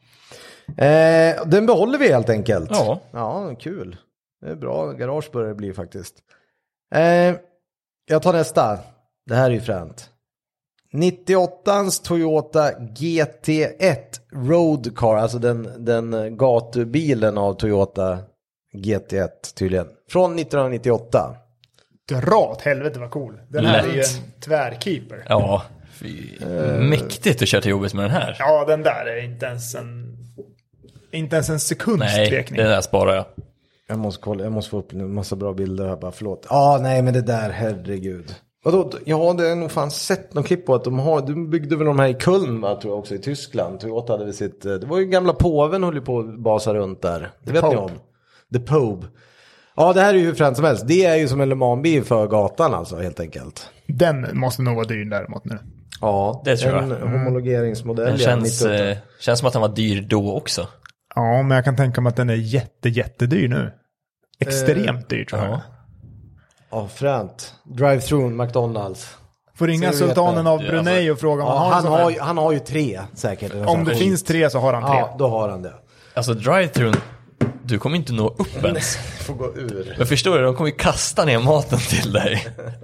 Eh, den behåller vi helt enkelt. Ja. Ja, kul. Det är bra garage börjar det bli faktiskt. Eh, jag tar nästa. Det här är ju fränt. nittioåttans Toyota G T ett Road Car, alltså den, den gatubilen av Toyota G T ett tydligen. Från nittonhundranittioåtta. Dra åt helvete vad cool. Den här Lätt. är ju en tvärkeeper. Ja, fy. Mäktigt att köra till jobbet med den här. Ja, den där är inte ens en... Inte ens en sekunds Nej, tvekning. det där sparar jag. Jag måste kolla, jag måste få upp en massa bra bilder här bara, förlåt. Ja, ah, nej men det där, herregud. Vadå, ja det har nog fan sett någon klipp på att de har, de byggde väl de här i Köln, va, tror jag också, i Tyskland. Toyota hade väl sitt, det var ju gamla påven höll ju på att basa runt där. Det vet Pope. ni om. The Pope. Ja, det här är ju hur fränt som helst. Det är ju som en Le Mans-bil för gatan alltså, helt enkelt. Den måste nog vara dyr däremot nu. Ja, Det tror jag. en homologeringsmodell. Den ja, känns, nittioåtta. eh, känns som att den var dyr då också. Ja, men jag kan tänka mig att den är jätte, jättedyr nu. Extremt dyr tror jag. Ja. Ja, fränt. Drive-through McDonalds. Får ringa Så du vet sultanen det. av Brunei och fråga om Ja, han, han, har har, ju- han har ju tre säkert. Om det finns tre så har han tre. Ja, då har han det. Alltså drive-thrun, du kommer inte nå upp ens. Får gå ur. Jag förstår det, de kommer ju kasta ner maten till dig.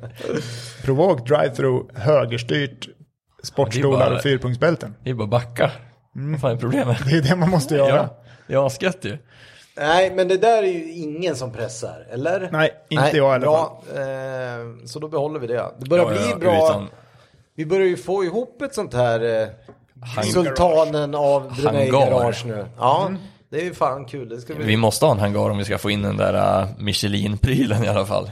Provoke drive-through, högerstyrt, sportstolar Det är bara- och fyrpunktsbälten. Det är bara backa. Vad fan är problemet? Det är det man måste göra. Ja, ja, skött ju. Nej, men det där är ju ingen som pressar, eller? Nej, inte jag i alla bra. Eh, så då behåller vi det. Det börjar Ja, bli ja, bra. utan- Vi börjar ju få ihop ett sånt här eh, Hang- sultanen av Brunei Hangar. garage nu. Ja, det är ju fan kul. Det ska bli... Vi måste ha en hangar om vi ska få in den där uh, Michelin-prylen i alla fall.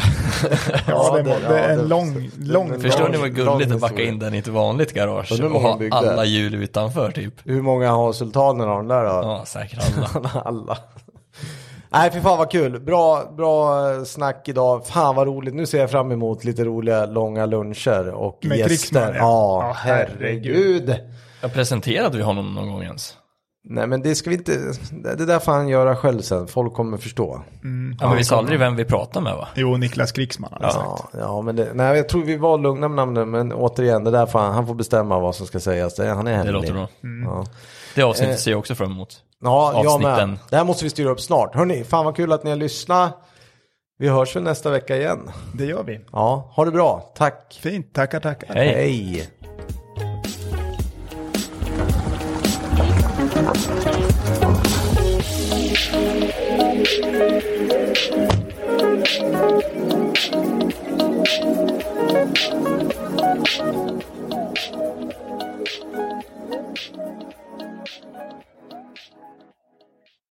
Ja, det, det- det är ja, en det- lång, lång... den- Förstår lång- ni vad lång gulligt att backa historia. in den i ett vanligt garage Undrar hur och många ha byggde. alla hjul utanför typ? Hur många har sultanen av den där då? Ja, säkert alla. Alla. Nej, för fan vad kul. Bra, bra snack idag. Fan vad roligt. Nu ser jag fram emot lite roliga långa luncher och Med gäster. Krigsman, ja. Ja, Ja, herregud. Jag presenterade vi honom någon gång ens. Nej, men det ska vi inte... Det där får han göra själv sen. Folk kommer förstå. Mm. Ja, men vi sa aldrig vem vi pratar med, va? Jo, Niklas Krigsman hade sagt. Ja, ja, men det, nej, jag tror vi var lugna med namnen. Men återigen, det där får han, han får bestämma vad som ska sägas. Det, han är hemlig. Det låter bra. Ja. Det avsnittet ser jag också fram emot. Ja, jag Avsnitten. med. Det här måste vi styra upp snart. Hörrni, fan vad kul att ni har lyssnat. Vi hörs väl nästa vecka igen. Det gör vi. Ja, ha det bra. Tack. Fint, tackar, tackar. Hej. Hej.